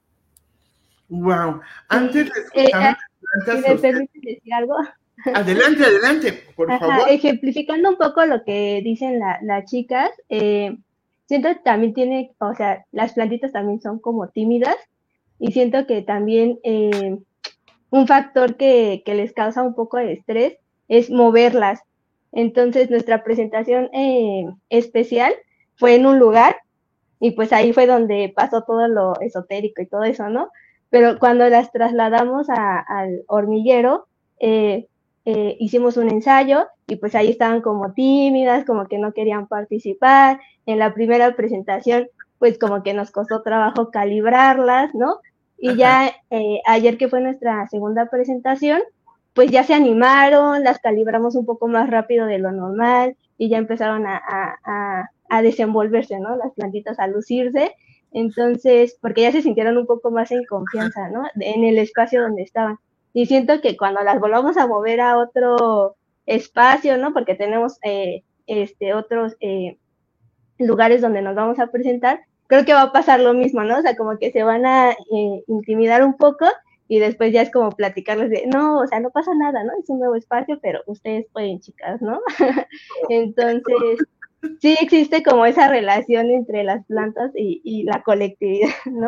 Wow. Antes de
Eh,
escuchar
ah, si me permites decir algo.
Adelante, adelante, por
Ajá,
favor.
ejemplificando un poco lo que dicen la- las chicas, eh, siento que también tiene, o sea, las plantitas también son como tímidas y siento que también eh, un factor que, que les causa un poco de estrés es moverlas. Entonces, nuestra presentación eh, especial fue en un lugar y pues ahí fue donde pasó todo lo esotérico y todo eso, ¿no? Pero cuando las trasladamos a- al hormiguero, eh, eh, hicimos un ensayo y pues ahí estaban como tímidas, como que no querían participar. En la primera presentación, pues como que nos costó trabajo calibrarlas, ¿no? Y
Ajá.
ya eh, ayer que fue nuestra segunda presentación, pues ya se animaron, las calibramos un poco más rápido de lo normal y ya empezaron a, a, a, a desenvolverse, ¿no? Las plantitas a lucirse. Entonces, porque ya se sintieron un poco más en confianza, ¿no? En el espacio donde estaban. Y siento que cuando las volvamos a mover a otro espacio, ¿no? Porque tenemos eh, este, otros eh, lugares donde nos vamos a presentar, creo que va a pasar lo mismo, ¿no? O sea, como que se van a eh, intimidar un poco y después ya es como platicarles de, no, o sea, no pasa nada, ¿no? Es un nuevo espacio, pero ustedes pueden, chicas, ¿no? Entonces, sí existe como esa relación entre las plantas y, y la colectividad, ¿no?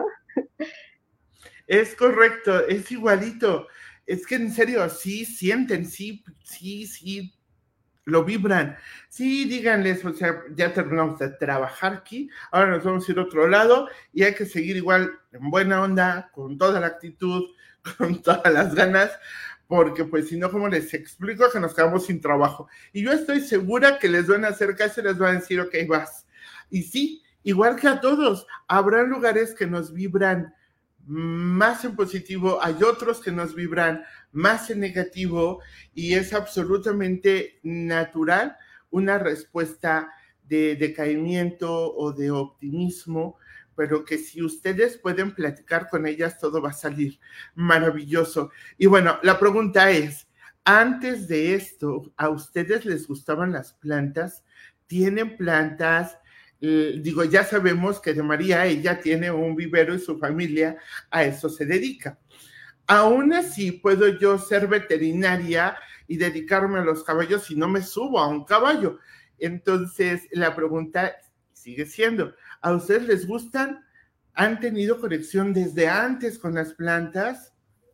Es correcto, es igualito. Es que en serio, sí sienten, sí, sí, sí, lo vibran. Sí, díganles, o sea, ya terminamos de trabajar aquí, ahora nos vamos a ir a otro lado y hay que seguir igual en buena onda, con toda la actitud, con todas las ganas, porque pues si no, ¿cómo les explico que nos quedamos sin trabajo? Y yo estoy segura que les van a hacer caso y les van a decir, ok, vas. Y sí, igual que a todos, habrá lugares que nos vibran más en positivo, hay otros que nos vibran más en negativo y es absolutamente natural una respuesta de decaimiento o de optimismo, pero que si ustedes pueden platicar con ellas, todo va a salir maravilloso. Y bueno, la pregunta es, antes de esto, ¿a ustedes les gustaban las plantas? ¿Tienen plantas? Eh, digo, ya sabemos que de María, ella tiene un vivero y su familia a eso se dedica. Aún así, puedo yo ser veterinaria y dedicarme a los caballos y no me subo a un caballo. Entonces, la pregunta sigue siendo, ¿a ustedes les gustan? ¿Han tenido conexión desde antes con las plantas?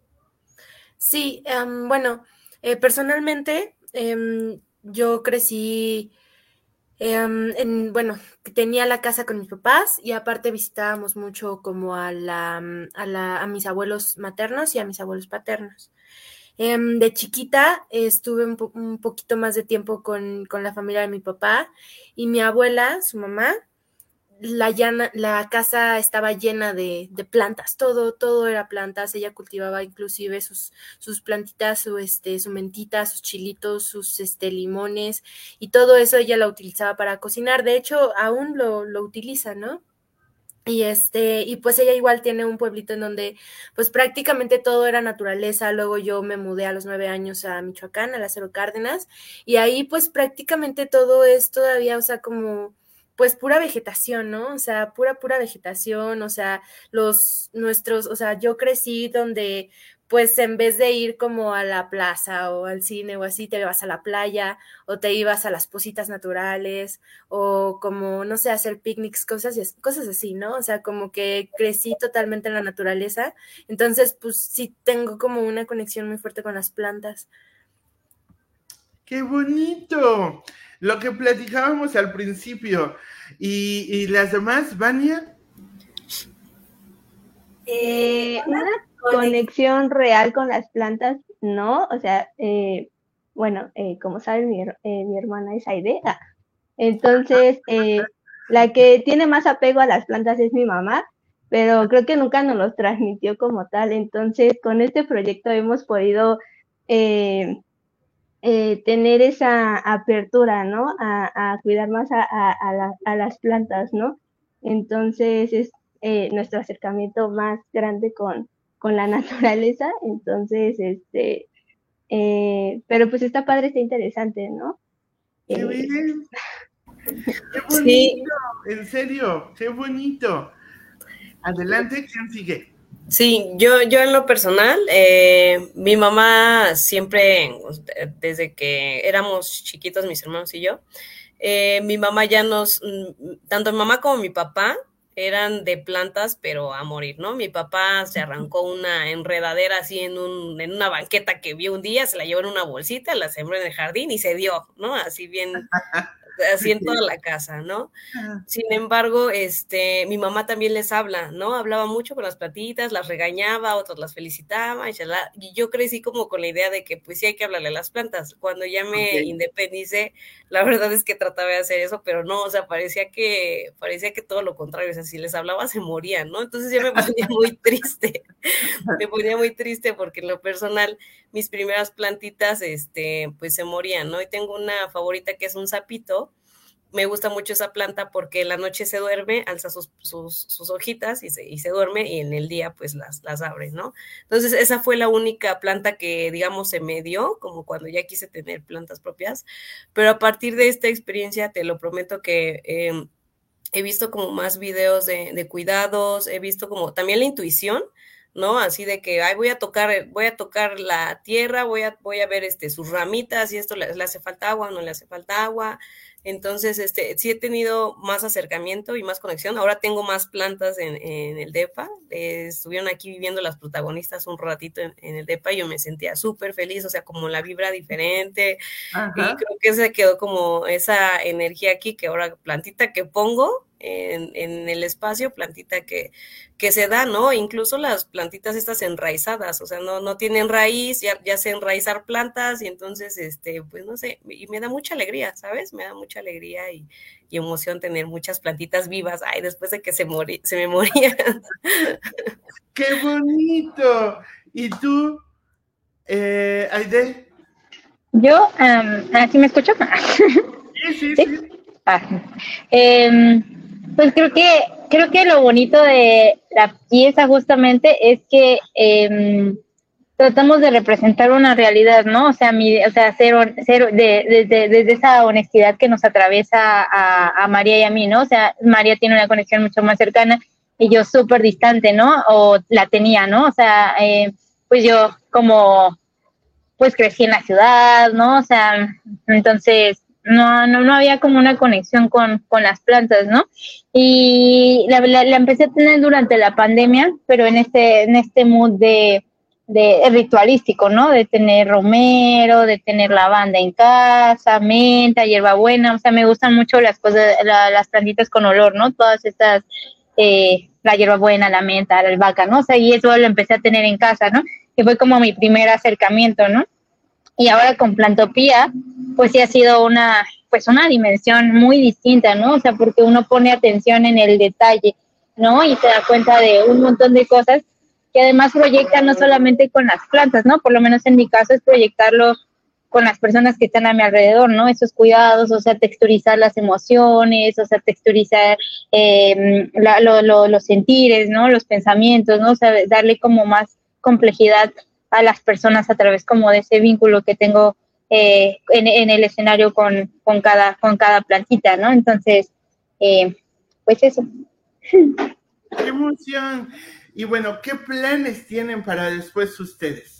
Sí, um, bueno, eh, personalmente eh, yo crecí, eh, en, bueno, tenía la casa con mis papás y aparte visitábamos mucho como a, la, a, la, a mis abuelos maternos y a mis abuelos paternos. Eh, de chiquita eh, estuve un, po un poquito más de tiempo con, con la familia de mi papá y mi abuela, su mamá, la, llana, la casa estaba llena de, de plantas, todo, todo era plantas, ella cultivaba inclusive sus, sus plantitas, su, este, su mentita, sus chilitos, sus este, limones, y todo eso ella lo utilizaba para cocinar, de hecho aún lo, lo utiliza, ¿no? Y este, y pues ella igual tiene un pueblito en donde pues prácticamente todo era naturaleza. Luego yo me mudé a los nueve años a Michoacán, a Lázaro Cárdenas, y ahí pues prácticamente todo es todavía, o sea, como pues pura vegetación, ¿no? O sea, pura, pura vegetación, o sea, los, nuestros, o sea, yo crecí donde pues en vez de ir como a la plaza o al cine o así, te ibas a la playa o te ibas a las positas naturales o como, no sé, hacer picnics, cosas, cosas así, ¿no? O sea, como que crecí totalmente en la naturaleza, entonces, pues sí tengo como una conexión muy fuerte con las plantas.
¡Qué bonito! Lo que platicábamos al principio. ¿Y, y las demás, Vania?
Eh, una conexión real con las plantas, no, o sea, eh, bueno, eh, como saben, mi, her- eh, mi hermana es Aide, ah, entonces eh, la que tiene más apego a las plantas es mi mamá, pero creo que nunca nos los transmitió como tal, entonces con este proyecto hemos podido eh, eh, tener esa apertura, ¿no? A, a cuidar más a, a, a, la- a las plantas, ¿no? Entonces es eh, nuestro acercamiento más grande con, con la naturaleza, entonces, este, eh, pero pues está padre, está interesante, ¿no?
¡Qué
Eh,
bien! ¡Qué
Sí,
bonito! En serio, qué bonito. Adelante, ¿quién sigue?
sí, yo, yo en lo personal, eh, mi mamá siempre, desde que éramos chiquitos, mis hermanos y yo, eh, mi mamá ya nos, mm, tanto mi mamá como mi papá eran de plantas, pero a morir, ¿no? Mi papá se arrancó una enredadera así en un, en una banqueta que vio un día, se la llevó en una bolsita, la sembró en el jardín y se dio, ¿no? Así bien, así en toda la casa, ¿no? Sin embargo, este, mi mamá también les habla, ¿no? Hablaba mucho con las plantitas, las regañaba, otros las felicitaba, y, chalá, y yo crecí como con la idea de que pues sí hay que hablarle a las plantas. Cuando ya me
Ok.
independicé, la verdad es que trataba de hacer eso, pero no, o sea, parecía que, parecía que todo lo contrario, o sea, si les hablaba se morían, ¿no? Entonces yo me ponía muy triste, me ponía muy triste porque en lo personal, mis primeras plantitas, este, pues se morían, ¿no? Y tengo una favorita que es un sapito. Me gusta mucho esa planta porque en la noche se duerme, alza sus, sus, sus hojitas y se, y se duerme y en el día pues las, las abre, ¿no? Entonces esa fue la única planta que digamos se me dio, como cuando ya quise tener plantas propias, pero a partir de esta experiencia te lo prometo que eh, he visto como más videos de, de cuidados, he visto como también la intuición, ¿no? Así de que, ay, voy a tocar, voy a tocar la tierra, voy a, voy a ver este, sus ramitas, y esto le, le hace falta agua, no le hace falta agua. Entonces, este, sí he tenido más acercamiento y más conexión. Ahora tengo más plantas en, en el DEPA. Eh, estuvieron aquí viviendo las protagonistas un ratito en, en el DEPA y yo me sentía súper feliz, o sea, como la vibra diferente. Y
Ajá.
creo que se quedó como esa energía aquí que ahora plantita que pongo en, en el espacio, plantita que, que se da, ¿no? Incluso las plantitas estas enraizadas, o sea, no, no tienen raíz, ya, ya sé enraizar plantas y entonces, este, pues no sé, y me da mucha alegría, ¿sabes? Me da mucha alegría y, y emoción tener muchas plantitas vivas, ay, después de que se, morí, se me morían.
¡Qué bonito! ¿Y tú, eh, Aide?
Yo, um, ¿sí me escucho?
Sí, sí,
¿Sí?
sí.
Ah, em, pues creo que creo que lo bonito de la pieza justamente es que em, tratamos de representar una realidad, ¿no? O sea, mi, o sea, ser, ser de, de, de, desde esa honestidad que nos atraviesa a, a María y a mí, ¿no? O sea, María tiene una conexión mucho más cercana y yo súper distante, ¿no? O la tenía, ¿no? O sea, eh, pues yo como pues crecí en la ciudad, ¿no? O sea, entonces no, no, no había como una conexión con, con las plantas, ¿no? Y la, la, la empecé a tener durante la pandemia, pero en este, en este mood de, de ritualístico, ¿no? De tener romero, de tener lavanda en casa, menta, hierbabuena, o sea, me gustan mucho las cosas, la, las plantitas con olor, ¿no? Todas estas, eh, la hierbabuena, la menta, la albahaca, ¿no? O sea, y eso lo empecé a tener en casa, ¿no? Que fue como mi primer acercamiento, ¿no? Y ahora con Plantopía, pues sí ha sido una, pues una dimensión muy distinta, ¿no? O sea, porque uno pone atención en el detalle, ¿no? Y se da cuenta de un montón de cosas que además proyecta no solamente con las plantas, ¿no? Por lo menos en mi caso es proyectarlo con las personas que están a mi alrededor, ¿no? Esos cuidados, o sea, texturizar las emociones, o sea, texturizar eh, la, lo, lo, los sentires, ¿no? Los pensamientos, ¿no? O sea, darle como más complejidad a las personas a través como de ese vínculo que tengo eh, en, en el escenario con, con, cada, con cada plantita, ¿no? Entonces, eh, pues eso.
¡Qué emoción! Y bueno, ¿qué planes tienen para después ustedes?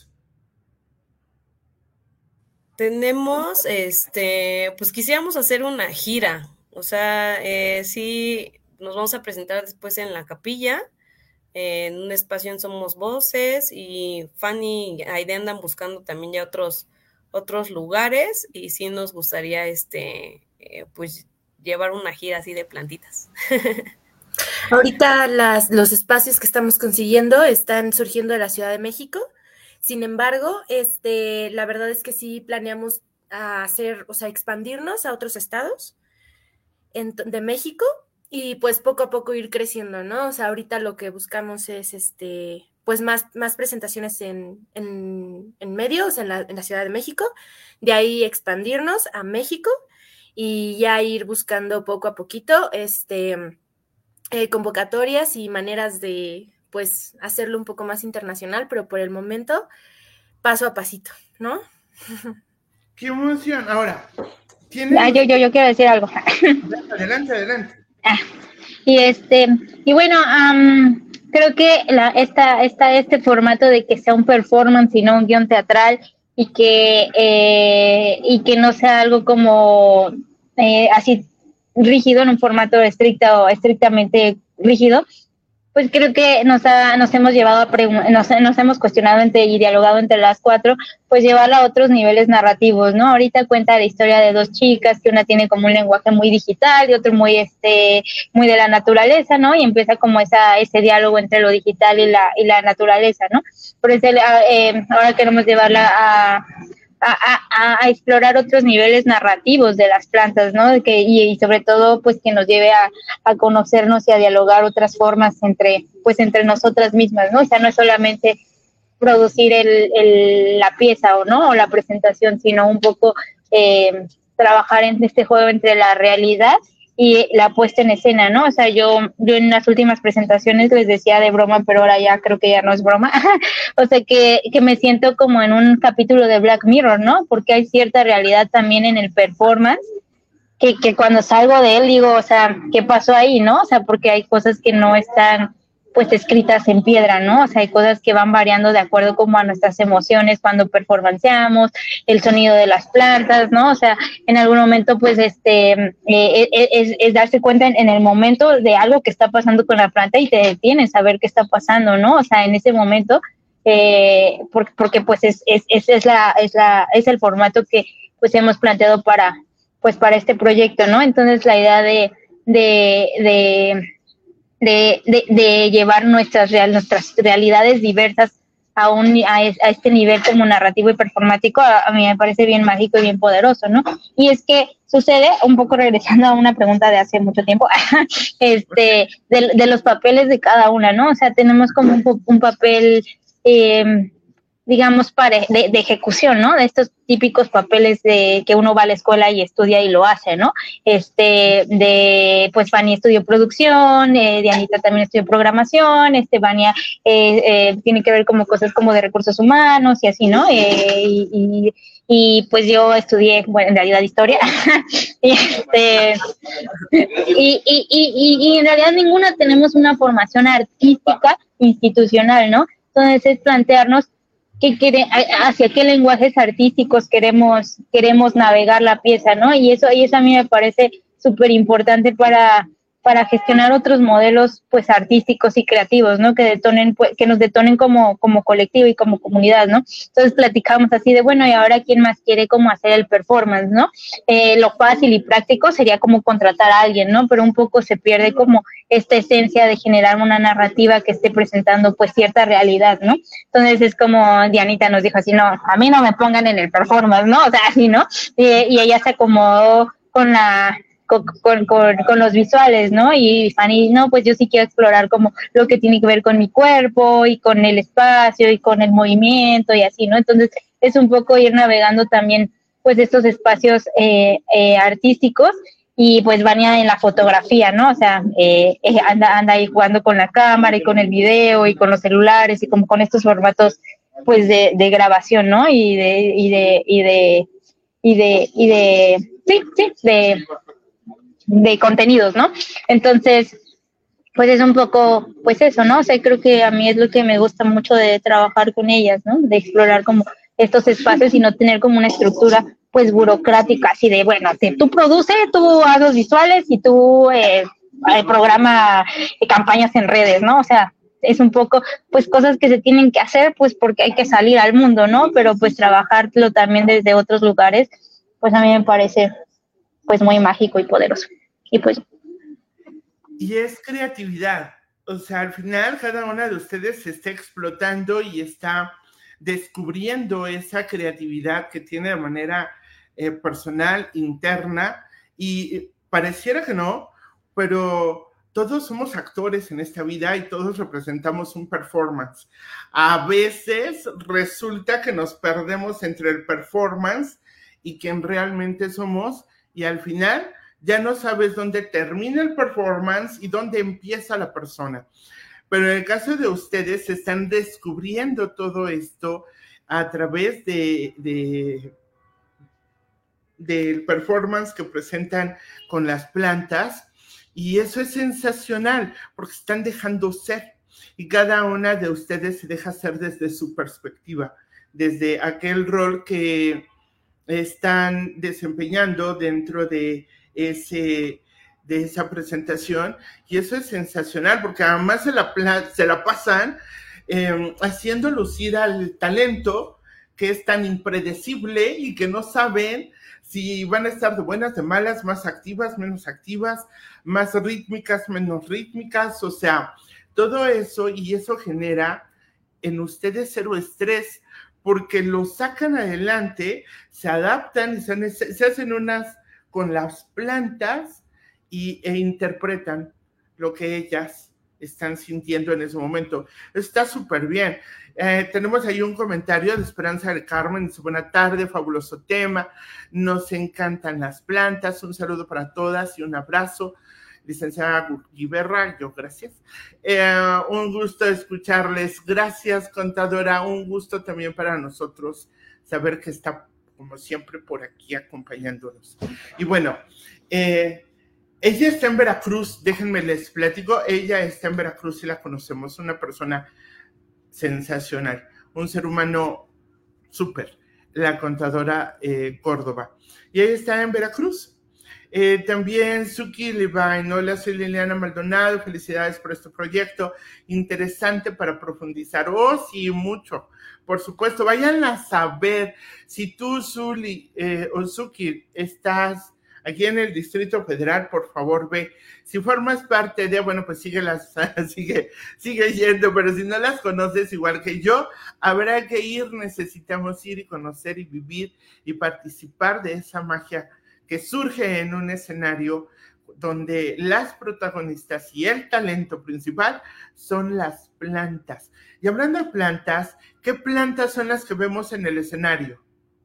Tenemos, este, pues quisiéramos hacer una gira, o sea, eh, sí, nos vamos a presentar después en la capilla, eh, en un espacio en Somos Voces, y Fanny y Aide andan buscando también ya otros, otros lugares y sí nos gustaría este eh, pues llevar una gira así de plantitas.
Ahorita las, los espacios que estamos consiguiendo están surgiendo de la Ciudad de México. Sin embargo, este, la verdad es que sí planeamos hacer, o sea, expandirnos a otros estados en, de México y pues poco a poco ir creciendo, ¿no? O sea, ahorita lo que buscamos es este, pues más, más presentaciones en, en, en medios, en la, en la Ciudad de México, de ahí expandirnos a México y ya ir buscando poco a poquito este, eh, convocatorias y maneras de, pues, hacerlo un poco más internacional, pero por el momento, paso a pasito, ¿no?
¡Qué emoción! Ahora, ¿tienes...?
Ah, yo, yo, yo quiero decir algo.
Adelante, adelante.
Ah, y este, y bueno, um, creo que la, esta, esta, este formato de que sea un performance y no un guión teatral y que, eh, y que no sea algo como eh, así rígido en un formato estricto o estrictamente rígido, pues creo que nos ha, nos hemos llevado a pregun- nos, nos hemos cuestionado entre, y dialogado entre las cuatro, pues llevarla a otros niveles narrativos, ¿no? Ahorita cuenta la historia de dos chicas, que una tiene como un lenguaje muy digital y otro muy este, muy de la naturaleza, ¿no? Y empieza como esa, ese diálogo entre lo digital y la, y la naturaleza, ¿no? Por eso eh, ahora queremos llevarla a A, a, a explorar otros niveles narrativos de las plantas, ¿no? Que, y, y sobre todo, pues, que nos lleve a, a conocernos y a dialogar otras formas entre, pues, entre nosotras mismas, ¿no? O sea, no es solamente producir el, el, la pieza o no, o la presentación, sino un poco eh, trabajar en este juego entre la realidad y la puesta en escena, ¿no? O sea, yo, yo en las últimas presentaciones les decía de broma, pero ahora ya creo que ya no es broma, o sea, que, que me siento como en un capítulo de Black Mirror, ¿no? Porque hay cierta realidad también en el performance, que, que cuando salgo de él digo, o sea, ¿qué pasó ahí, no? O sea, porque hay cosas que no están pues escritas en piedra, ¿no? O sea, hay cosas que van variando de acuerdo como a nuestras emociones cuando performanceamos, el sonido de las plantas, ¿no? O sea, en algún momento, pues, este, eh, es, es darse cuenta en, en el momento de algo que está pasando con la planta y te detienes a ver qué está pasando, ¿no? O sea, en ese momento, eh, porque, porque pues es, es, es, es la, es la, es el formato que pues hemos planteado para, pues, para este proyecto, ¿no? Entonces, la idea de, de, de De, de, de llevar nuestras, real, nuestras realidades diversas a, un, a, a este nivel como narrativo y performático, a, a mí me parece bien mágico y bien poderoso, ¿no? Y es que sucede, un poco regresando a una pregunta de hace mucho tiempo, este, de, de los papeles de cada una, ¿no? O sea, tenemos como un, un papel... Eh, digamos, para, de, de ejecución, ¿no? De estos típicos papeles de que uno va a la escuela y estudia y lo hace, ¿no? Este, de, pues, Vania estudió producción, eh, Dianita también estudió programación, este, Vania eh, eh, tiene que ver como cosas como de recursos humanos y así, ¿no? Eh, y, y, y, pues, yo estudié, bueno, en realidad historia, y, este, y, y, y, y en realidad ninguna tenemos una formación artística institucional, ¿no? Entonces, es plantearnos que quiere, hacia qué lenguajes artísticos queremos queremos navegar la pieza, ¿no? Y eso, y eso a mí me parece súper importante para, para gestionar otros modelos, pues, artísticos y creativos, ¿no? Que detonen, pues, que nos detonen como, como colectivo y como comunidad, ¿no? Entonces platicamos así de, bueno, y ahora quién más quiere como hacer el performance, ¿no? Eh, lo fácil y práctico sería como contratar a alguien, ¿no? Pero un poco se pierde como esta esencia de generar una narrativa que esté presentando, pues, cierta realidad, ¿no? Entonces es como Dianita nos dijo así, no, a mí no me pongan en el performance, ¿no? O sea, así, ¿no? Y, y ella se acomodó con la... Con, con, con, con los visuales, ¿no? Y Fanny, no, pues yo sí quiero explorar como lo que tiene que ver con mi cuerpo y con el espacio y con el movimiento y así, ¿no? Entonces es un poco ir navegando también pues estos espacios eh, eh, artísticos y pues Vania en la fotografía, ¿no? O sea, eh, anda, anda ahí jugando con la cámara y con el video y con los celulares y como con estos formatos pues de, de grabación, ¿no? Y de, y de, y de, y de, y de, sí, sí, de... de contenidos, ¿no? Entonces, pues es un poco, pues eso, ¿no? O sea, creo que a mí es lo que me gusta mucho de trabajar con ellas, ¿no? De explorar como estos espacios y no tener como una estructura, pues, burocrática, así de, bueno, si tú produces, tú haces visuales y tú eh, programa campañas en redes, ¿no? O sea, es un poco, pues, cosas que se tienen que hacer, pues, porque hay que salir al mundo, ¿no? Pero, pues, trabajarlo también desde otros lugares, pues, a mí me parece, pues, muy mágico y poderoso. Y, pues...
Y es creatividad. O sea, al final cada una de ustedes se está explotando y está descubriendo esa creatividad que tiene de manera eh, personal, interna, y pareciera que no, pero todos somos actores en esta vida y todos representamos un performance. A veces resulta que nos perdemos entre el performance y quien realmente somos, y al final ya no sabes dónde termina el performance y dónde empieza la persona. Pero en el caso de ustedes, se están descubriendo todo esto a través de, de, del performance que presentan con las plantas, y eso es sensacional, porque están dejando ser, y cada una de ustedes se deja ser desde su perspectiva, desde aquel rol que están desempeñando dentro de ese... de esa presentación, y eso es sensacional, porque además se la, se la pasan eh, haciendo lucir al talento, que es tan impredecible y que no saben si van a estar de buenas, de malas, más activas, menos activas, más rítmicas, menos rítmicas, o sea, todo eso, y eso genera en ustedes cero estrés, porque lo sacan adelante, se adaptan y se, se hacen unas con las plantas, Y, e interpretan lo que ellas están sintiendo en ese momento. Está súper bien. Eh, tenemos ahí un comentario de Esperanza del Carmen. Dice, buena tarde, fabuloso tema. Nos encantan las plantas. Un saludo para todas y un abrazo. Licenciada Guiberra, yo gracias. Eh, un gusto escucharles. Gracias, contadora. Un gusto también para nosotros saber que está, como siempre, por aquí acompañándonos. Y bueno, eh, ella está en Veracruz, déjenme les platico, ella está en Veracruz y la conocemos, una persona sensacional, un ser humano súper, la contadora eh, Córdoba. Y ella está en Veracruz. Eh, también Suki Levine, hola, soy Liliana Maldonado, felicidades por este proyecto, interesante para profundizar. Oh, sí, mucho, por supuesto, vayan a saber, si tú, Zuli, eh, o Suki, estás aquí en el Distrito Federal, por favor, ve. Si formas parte de, bueno, pues síguelas, sigue, sigue yendo, pero si no las conoces igual que yo, habrá que ir, necesitamos ir y conocer y vivir y participar de esa magia que surge en un escenario donde las protagonistas y el talento principal son las plantas. Y hablando de plantas, ¿qué plantas son las que vemos en el escenario?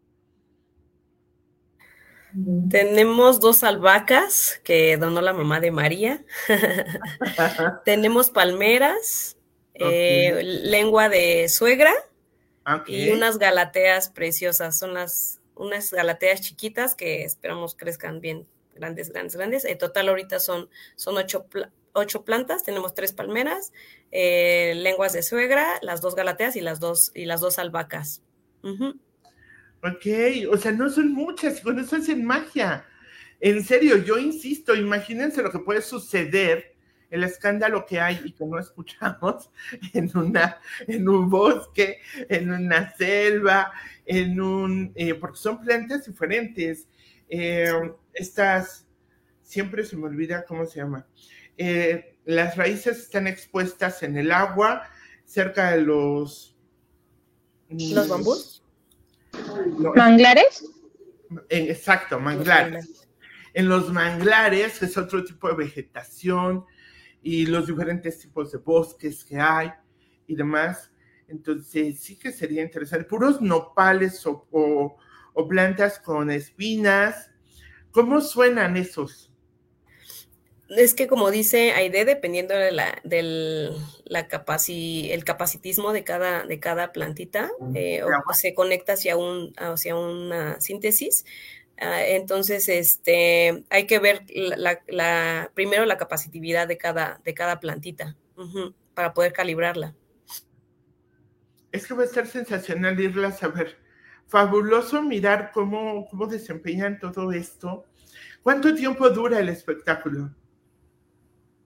Tenemos dos albahacas que donó la mamá de María. Tenemos palmeras, okay. eh, lengua de suegra, okay. Y unas galateas preciosas. Son las unas galateas chiquitas que esperamos crezcan bien grandes, grandes, grandes. En total ahorita son, son ocho, ocho plantas. Tenemos tres palmeras, eh, lenguas de suegra, las dos galateas y las dos, y las dos albahacas. Uh-huh.
Ok, o sea, no son muchas, con eso hacen magia. En serio, yo insisto, imagínense lo que puede suceder, el escándalo que hay y que no escuchamos en, una, en un bosque, en una selva, en un, eh, porque son plantas diferentes. Eh, estas, siempre se me olvida cómo se llama. Eh, las raíces están expuestas en el agua, cerca de los...
¿Los bambús?
No, ¿manglares?
Exacto, manglares. En los manglares es otro tipo de vegetación y los diferentes tipos de bosques que hay y demás. Entonces sí que sería interesante. Puros nopales o, o, o plantas con espinas. ¿Cómo suenan esos?
Es que como dice Aide, dependiendo de la, del la capaci, el capacitismo de cada, de cada plantita, eh, o se conecta hacia, un, hacia una síntesis. Uh, entonces, este, hay que ver la, la, la, primero la capacitividad de cada, de cada plantita uh-huh, para poder calibrarla.
Es que va a estar sensacional irlas a ver. Fabuloso mirar cómo, cómo desempeñan todo esto. ¿Cuánto tiempo dura el espectáculo?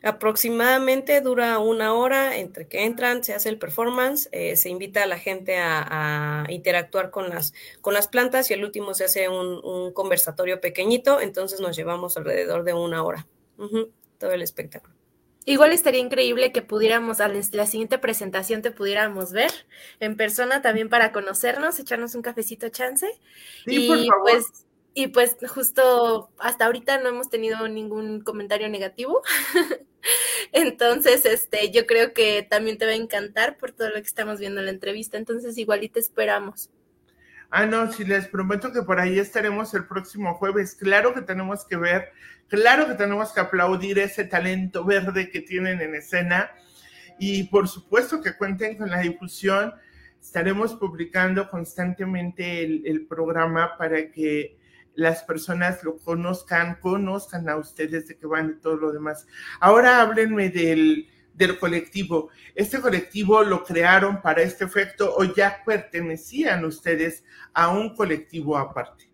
Aproximadamente dura una hora entre que entran, se hace el performance, eh, se invita a la gente a, a interactuar con las, con las plantas y el último se hace un, un conversatorio pequeñito, entonces nos llevamos alrededor de una hora, uh-huh, todo el espectáculo.
Igual estaría increíble que pudiéramos, a la siguiente presentación te pudiéramos ver en persona también para conocernos, echarnos un cafecito chance.
Sí,
y
por favor.
pues Y pues justo hasta ahorita no hemos tenido ningún comentario negativo. Entonces, este, yo creo que también te va a encantar por todo lo que estamos viendo en la entrevista. Entonces, igual y te esperamos.
Ah, no, sí, les prometo que por ahí estaremos el próximo jueves. Claro que tenemos que ver, claro que tenemos que aplaudir ese talento verde que tienen en escena. Y por supuesto que cuenten con la difusión. Estaremos publicando constantemente el, el programa para que las personas lo conozcan, conozcan a ustedes de qué van y todo lo demás. Ahora háblenme del, del colectivo. ¿Este colectivo lo crearon para este efecto o ya pertenecían ustedes a un colectivo aparte?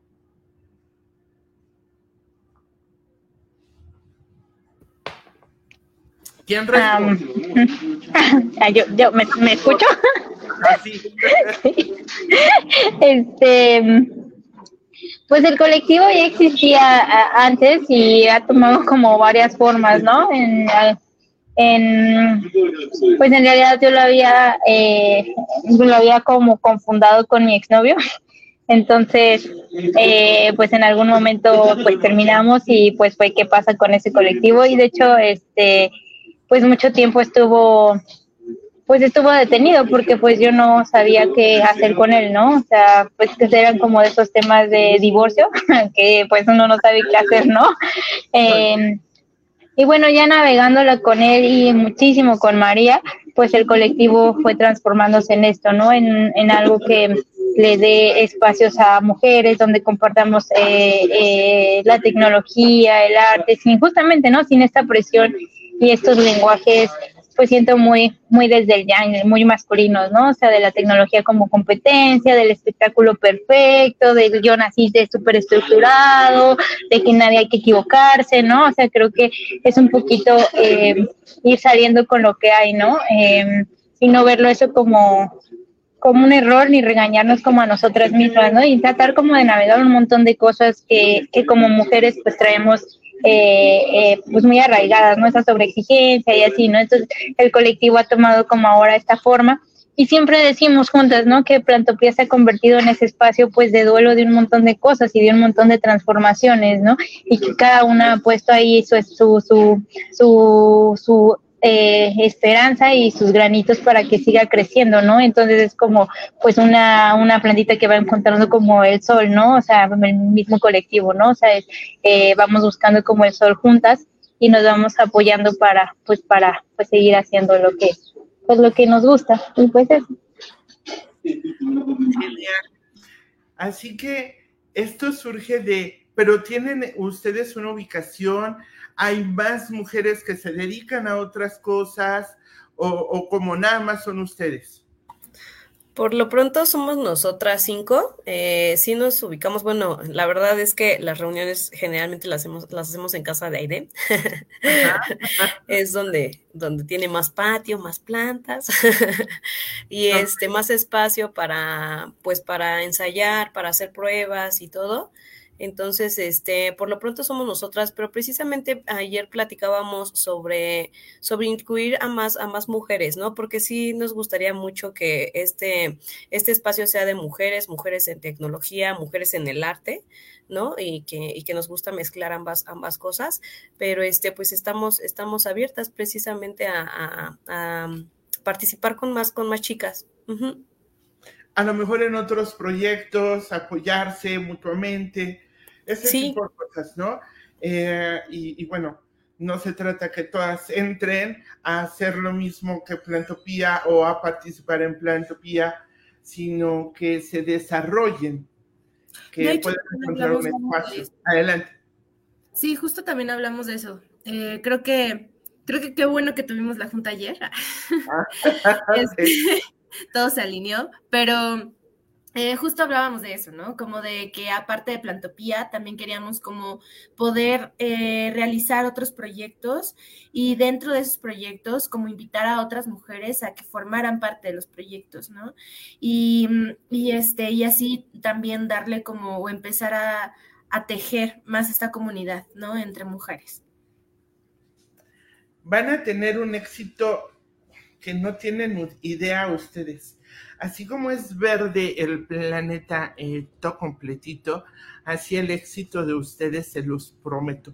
¿Quién responde?
Um, yo, yo, ¿me, ¿me escucho?
Ah, sí.
Este... Pues el colectivo ya existía antes y ha tomado como varias formas, ¿no? En, en pues en realidad yo lo había, eh, lo había como confundado con mi exnovio. Entonces, eh, pues en algún momento pues terminamos y pues fue qué pasa con ese colectivo y de hecho, este, pues mucho tiempo estuvo... pues estuvo detenido porque pues yo no sabía qué hacer con él, ¿no? O sea, pues que eran como de esos temas de divorcio, que pues uno no sabe qué hacer, ¿no? Eh, y bueno, ya navegándola con él y muchísimo con María, pues el colectivo fue transformándose en esto, ¿no? En, en algo que le dé espacios a mujeres, donde compartamos eh, eh, la tecnología, el arte, sin justamente, ¿no? Sin esta presión y estos lenguajes pues siento muy, muy desde el yang, muy masculinos, ¿no? O sea, de la tecnología como competencia, del espectáculo perfecto, del yo nací de súper estructurado, de que nadie hay que equivocarse, ¿no? O sea, creo que es un poquito eh, ir saliendo con lo que hay, ¿no? Eh, y no verlo eso como, como un error ni regañarnos como a nosotras mismas, ¿no? Y tratar como de navegar un montón de cosas que, que como mujeres pues traemos Eh, eh, pues muy arraigadas, ¿no? Esa sobreexigencia y así, ¿no? Entonces el colectivo ha tomado como ahora esta forma y siempre decimos juntas, ¿no? Que Plantopía se ha convertido en ese espacio pues de duelo de un montón de cosas y de un montón de transformaciones, ¿no? Y que cada una ha puesto ahí su, su, su, su, su Eh, esperanza y sus granitos para que siga creciendo, ¿no? Entonces es como pues una, una plantita que va encontrando como el sol, ¿no? O sea, el mismo colectivo, ¿no? O sea, es, eh, vamos buscando como el sol juntas y nos vamos apoyando para pues para pues seguir haciendo lo que pues lo que nos gusta y pues eso.
Genial. Así que esto surge de, pero tienen ustedes una ubicación, hay más mujeres que se dedican a otras cosas o, o como nada más son ustedes.
Por lo pronto somos nosotras cinco, eh, sí nos ubicamos, bueno, la verdad es que las reuniones generalmente las hacemos, las hacemos en casa de Aide, es donde, donde tiene más patio, más plantas y este, más espacio para, pues para ensayar, para hacer pruebas y todo. Entonces, este, por lo pronto somos nosotras, pero precisamente ayer platicábamos sobre, sobre incluir a más, a más mujeres, ¿no? Porque sí nos gustaría mucho que este, este espacio sea de mujeres, mujeres en tecnología, mujeres en el arte, ¿no? Y que, y que nos gusta mezclar ambas, ambas cosas, pero este, pues estamos, estamos abiertas precisamente a, a, a participar con más, con más chicas. Uh-huh.
A lo mejor en otros proyectos, apoyarse mutuamente, ese sí. tipo de cosas, ¿no? Eh, y, y bueno, no se trata que todas entren a hacer lo mismo que Plantopía o a participar en Plantopía, sino que se desarrollen, que
hecho,
puedan encontrar un espacio. Adelante.
Sí, justo también hablamos de eso. Eh, creo que creo que qué bueno que tuvimos la junta ayer. este, todo se alineó, pero Eh, justo hablábamos de eso, ¿no? Como de que aparte de Plantopía, también queríamos como poder eh, realizar otros proyectos y dentro de esos proyectos como invitar a otras mujeres a que formaran parte de los proyectos, ¿no? Y, y, este, y así también darle como o empezar a, a tejer más esta comunidad, ¿no? Entre mujeres.
Van a tener un éxito que no tienen idea ustedes. Así como es verde el planeta eh, todo completito, así el éxito de ustedes se los prometo.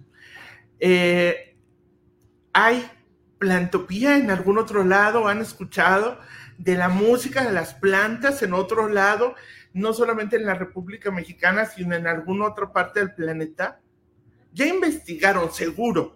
Eh, ¿Hay plantopía en algún otro lado? ¿Han escuchado de la música de las plantas en otro lado? No solamente en la República Mexicana, sino en alguna otra parte del planeta. Ya investigaron, seguro.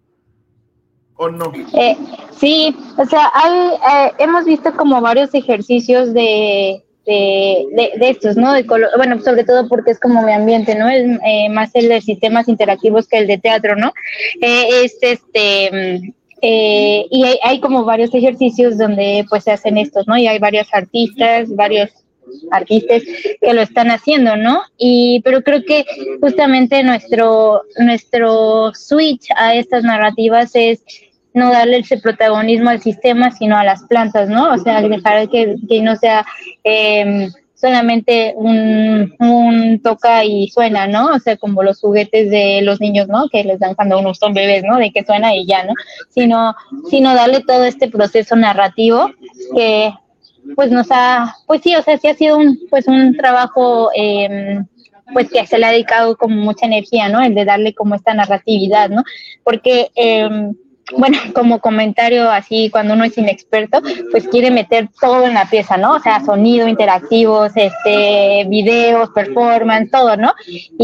¿O no?
Eh, sí, o sea, hay, eh, hemos visto como varios ejercicios de, de, de, de estos, ¿no? De colo- bueno, sobre todo porque es como mi ambiente, ¿no? Es eh, más el de sistemas interactivos que el de teatro, ¿no? Eh, es este... Eh, y hay, hay como varios ejercicios donde pues se hacen estos, ¿no? Y hay varios artistas, varios artistas que lo están haciendo, ¿no? Y pero creo que justamente nuestro nuestro switch a estas narrativas es no darle ese protagonismo al sistema, sino a las plantas, ¿no? O sea, dejar que, que no sea eh, solamente un, un toca y suena, ¿no? O sea, como los juguetes de los niños, ¿no? Que les dan cuando uno son bebés, ¿no? De que suena y ya, ¿no? Sino, sino darle todo este proceso narrativo que pues nos ha, pues sí, o sea, sí ha sido un, pues un trabajo, eh, pues que se le ha dedicado como mucha energía, ¿no? El de darle como esta narratividad, ¿no? Porque, eh, bueno, como comentario así, cuando uno es inexperto, pues quiere meter todo en la pieza, ¿no? O sea, sonido, interactivos, este, videos, performance, todo, ¿no?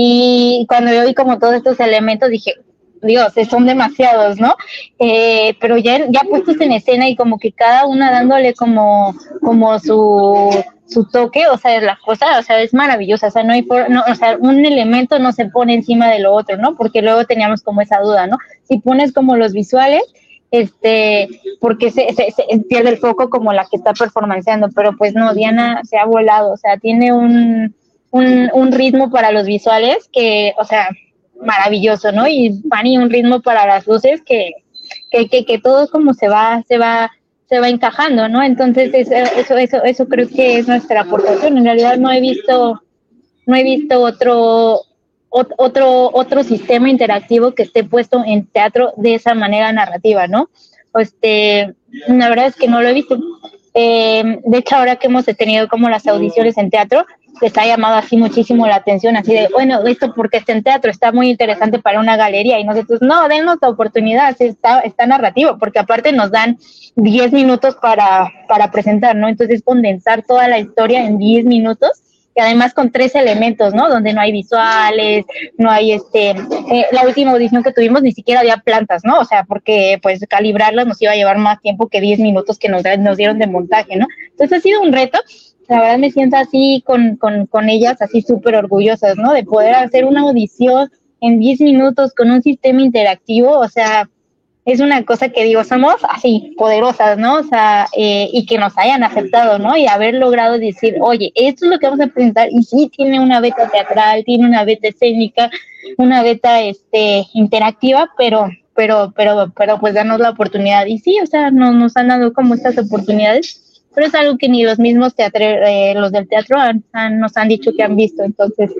Y cuando yo vi como todos estos elementos, dije, Dios, son demasiados, ¿no? Eh, pero ya, ya puestos en escena y como que cada una dándole como, como su, su toque, o sea, la cosa, o sea, es maravillosa, o sea, no hay, por, no, o sea, un elemento no se pone encima de lo otro, ¿no? Porque luego teníamos como esa duda, ¿no? Si pones como los visuales, este, porque se, se, se pierde el foco como la que está performanceando, pero pues no, Diana se ha volado, o sea, tiene un, un, un ritmo para los visuales que, o sea, maravilloso, ¿no? Y Fanny un ritmo para las luces que, que, que, que todo como se va, se va, se va encajando, ¿no? Entonces eso, eso, eso, eso creo que es nuestra aportación. En realidad no he visto, no he visto otro, otro, otro sistema interactivo que esté puesto en teatro de esa manera narrativa, ¿no? Este, la verdad es que no lo he visto. Eh, de hecho, ahora que hemos tenido como las audiciones en teatro, les ha llamado así muchísimo la atención, así de, bueno, esto porque está en teatro, está muy interesante para una galería, y nosotros, no, dennos la oportunidad, está, está narrativo, porque aparte nos dan diez minutos para, para presentar, ¿no? Entonces, condensar toda la historia en diez minutos, y además con tres elementos, ¿no? Donde no hay visuales, no hay este, eh, la última audición que tuvimos ni siquiera había plantas, ¿no? O sea, porque pues calibrarlas nos iba a llevar más tiempo que diez minutos que nos, nos dieron de montaje, ¿no? Entonces ha sido un reto. La verdad me siento así con, con, con ellas, así súper orgullosas, ¿no? De poder hacer una audición en diez minutos con un sistema interactivo, o sea, es una cosa que digo, somos así, poderosas, ¿no? O sea, eh, y que nos hayan aceptado, ¿no? Y haber logrado decir, oye, esto es lo que vamos a presentar, y sí tiene una beta teatral, tiene una beta escénica, una beta este, interactiva, pero, pero, pero, pero pues danos la oportunidad. Y sí, o sea, nos, nos han dado como estas oportunidades, pero es algo que ni los mismos teatro, eh, los del teatro han, han, nos han dicho que han visto, entonces.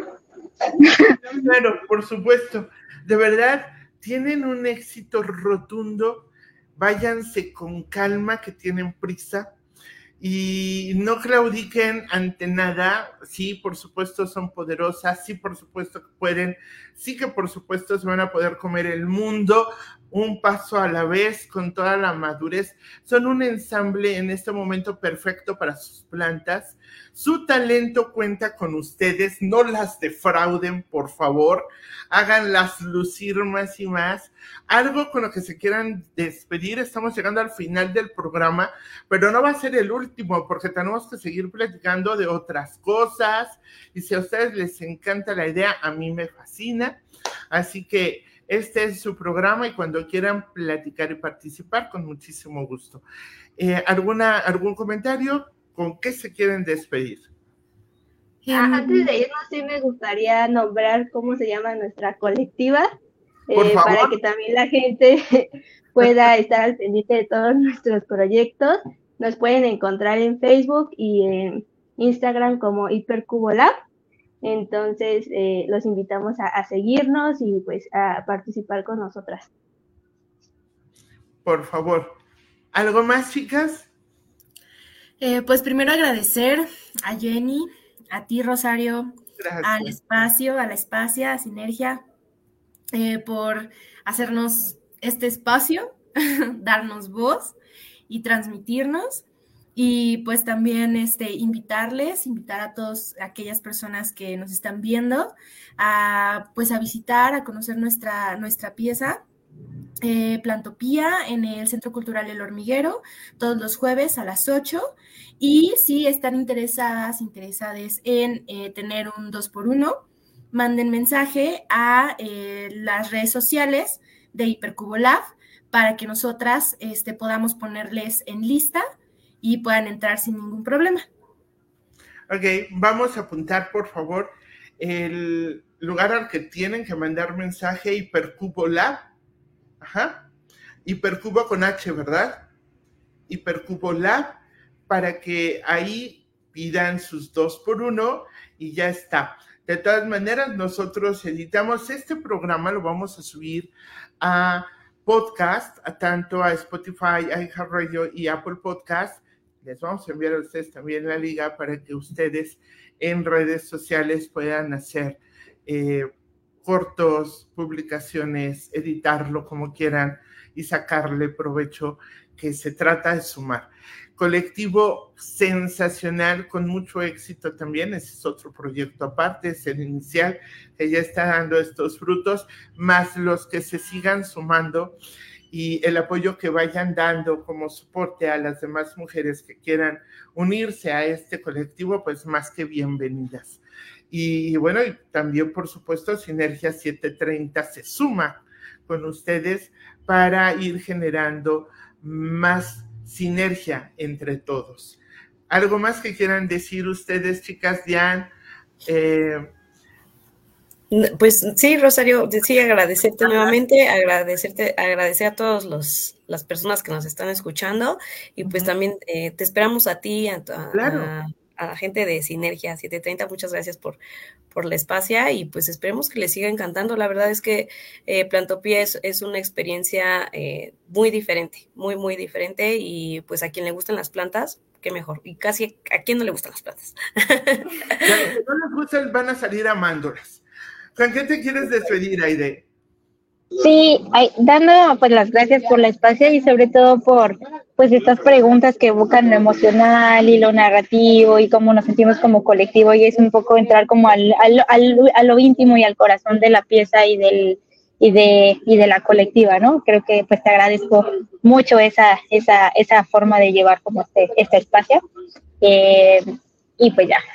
Claro, por supuesto. De verdad, tienen un éxito rotundo. Váyanse con calma, que tienen prisa. Y no claudiquen ante nada. Sí, por supuesto son poderosas. Sí, por supuesto que pueden. Sí que por supuesto se van a poder comer el mundo un paso a la vez, con toda la madurez. Son un ensamble en este momento perfecto para sus plantas. Su talento cuenta con ustedes. No las defrauden, por favor. Háganlas lucir más y más. Algo con lo que se quieran despedir. Estamos llegando al final del programa, pero no va a ser el último, porque tenemos que seguir platicando de otras cosas. Y si a ustedes les encanta la idea, a mí me fascina. Así que este es su programa, y cuando quieran platicar y participar, con muchísimo gusto. Eh, ¿alguna, ¿Algún comentario? ¿Con qué se quieren despedir?
Ah, antes de irnos, sí me gustaría nombrar cómo se llama nuestra colectiva,
Por
eh,
favor.
para que también la gente pueda estar al pendiente de todos nuestros proyectos. Nos pueden encontrar en Facebook y en Instagram como Hipercubo Lab. Entonces, eh, los invitamos a, a seguirnos y pues a participar con nosotras.
Por favor. ¿Algo más, chicas?
Eh, pues primero agradecer a Jenny, a ti, Rosario,
Gracias.
al espacio, a la Espacia, a Sinergia, eh, por hacernos este espacio, darnos voz y transmitirnos. Y pues también este, invitarles, invitar a todas aquellas personas que nos están viendo a, pues, a visitar, a conocer nuestra, nuestra pieza. Eh, Plantopía en el Centro Cultural El Hormiguero, todos los jueves a las ocho, y si están interesadas, interesadas en eh, tener un dos por uno, manden mensaje a eh, las redes sociales de Hipercubo Lab para que nosotras este, podamos ponerles en lista y puedan entrar sin ningún problema.
Ok, vamos a apuntar, por favor, el lugar al que tienen que mandar mensaje: Hipercubo Lab. Ajá. Hipercubo con H, ¿verdad? Hipercubo Lab, para que ahí pidan sus dos por uno y ya está. De todas maneras, nosotros editamos este programa, lo vamos a subir a podcast, a tanto a Spotify, iHeartRadio y Apple Podcast. Les vamos a enviar a ustedes también la liga para que ustedes en redes sociales puedan hacer eh, cortos, publicaciones, editarlo como quieran y sacarle provecho, que se trata de sumar. Colectivo sensacional, con mucho éxito también, ese es otro proyecto aparte, es el inicial, que ya está dando estos frutos, más los que se sigan sumando y el apoyo que vayan dando como soporte a las demás mujeres que quieran unirse a este colectivo, pues más que bienvenidas. Y bueno, y también por supuesto Sinergia setecientos treinta se suma con ustedes para ir generando más sinergia entre todos. ¿Algo más que quieran decir ustedes, chicas? Diane, eh,
Pues sí, Rosario, sí, agradecerte nuevamente, agradecerte, agradecer a todas las personas que nos están escuchando y pues uh-huh. también eh, te esperamos a ti, a, a,
claro.
a, a la gente de Sinergia setecientos treinta, muchas gracias por, por la espacia y pues esperemos que les siga encantando. La verdad es que eh, Plantopía es, es una experiencia eh, muy diferente, muy, muy diferente y pues a quien le gustan las plantas, qué mejor, y casi a quien no le gustan las plantas.
Ya, si no les gustan, van a salir amándolas. ¿Con qué te quieres despedir, Aide?
Sí, dando pues las gracias por la espacio y sobre todo por pues estas preguntas que evocan lo emocional y lo narrativo y cómo nos sentimos como colectivo, y es un poco entrar como al, al, al, a lo íntimo y al corazón de la pieza y del y de y de la colectiva, ¿no? Creo que pues te agradezco mucho esa esa esa forma de llevar como este este espacio eh, y pues ya.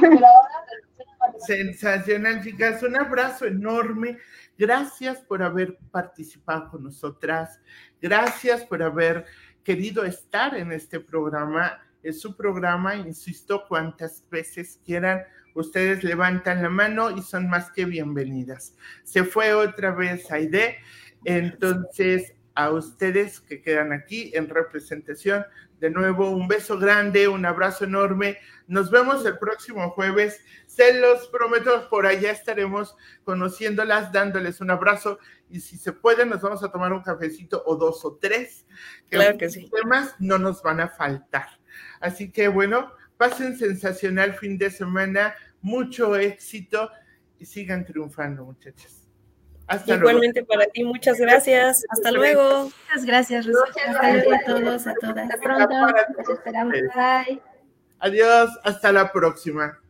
Sensacional, chicas, un abrazo enorme, gracias por haber participado con nosotras, gracias por haber querido estar en este programa, es su programa, insisto, cuantas veces quieran, ustedes levantan la mano y son más que bienvenidas. Se fue otra vez Aide, entonces a ustedes que quedan aquí en representación, de nuevo un beso grande, un abrazo enorme, nos vemos el próximo jueves, se los prometo, por allá estaremos conociéndolas, dándoles un abrazo, y si se puede nos vamos a tomar un cafecito o dos o tres, que
claro que sí.
temas no nos van a faltar. Así que bueno, pasen sensacional fin de semana, mucho éxito y sigan triunfando, muchachas.
Hasta Igualmente luego. Para ti, muchas gracias. Hasta luego.
Muchas gracias, Rosario. Hasta luego a todos, a todas.
Hasta pronto. Nos esperamos. Bye.
Adiós. Hasta la próxima.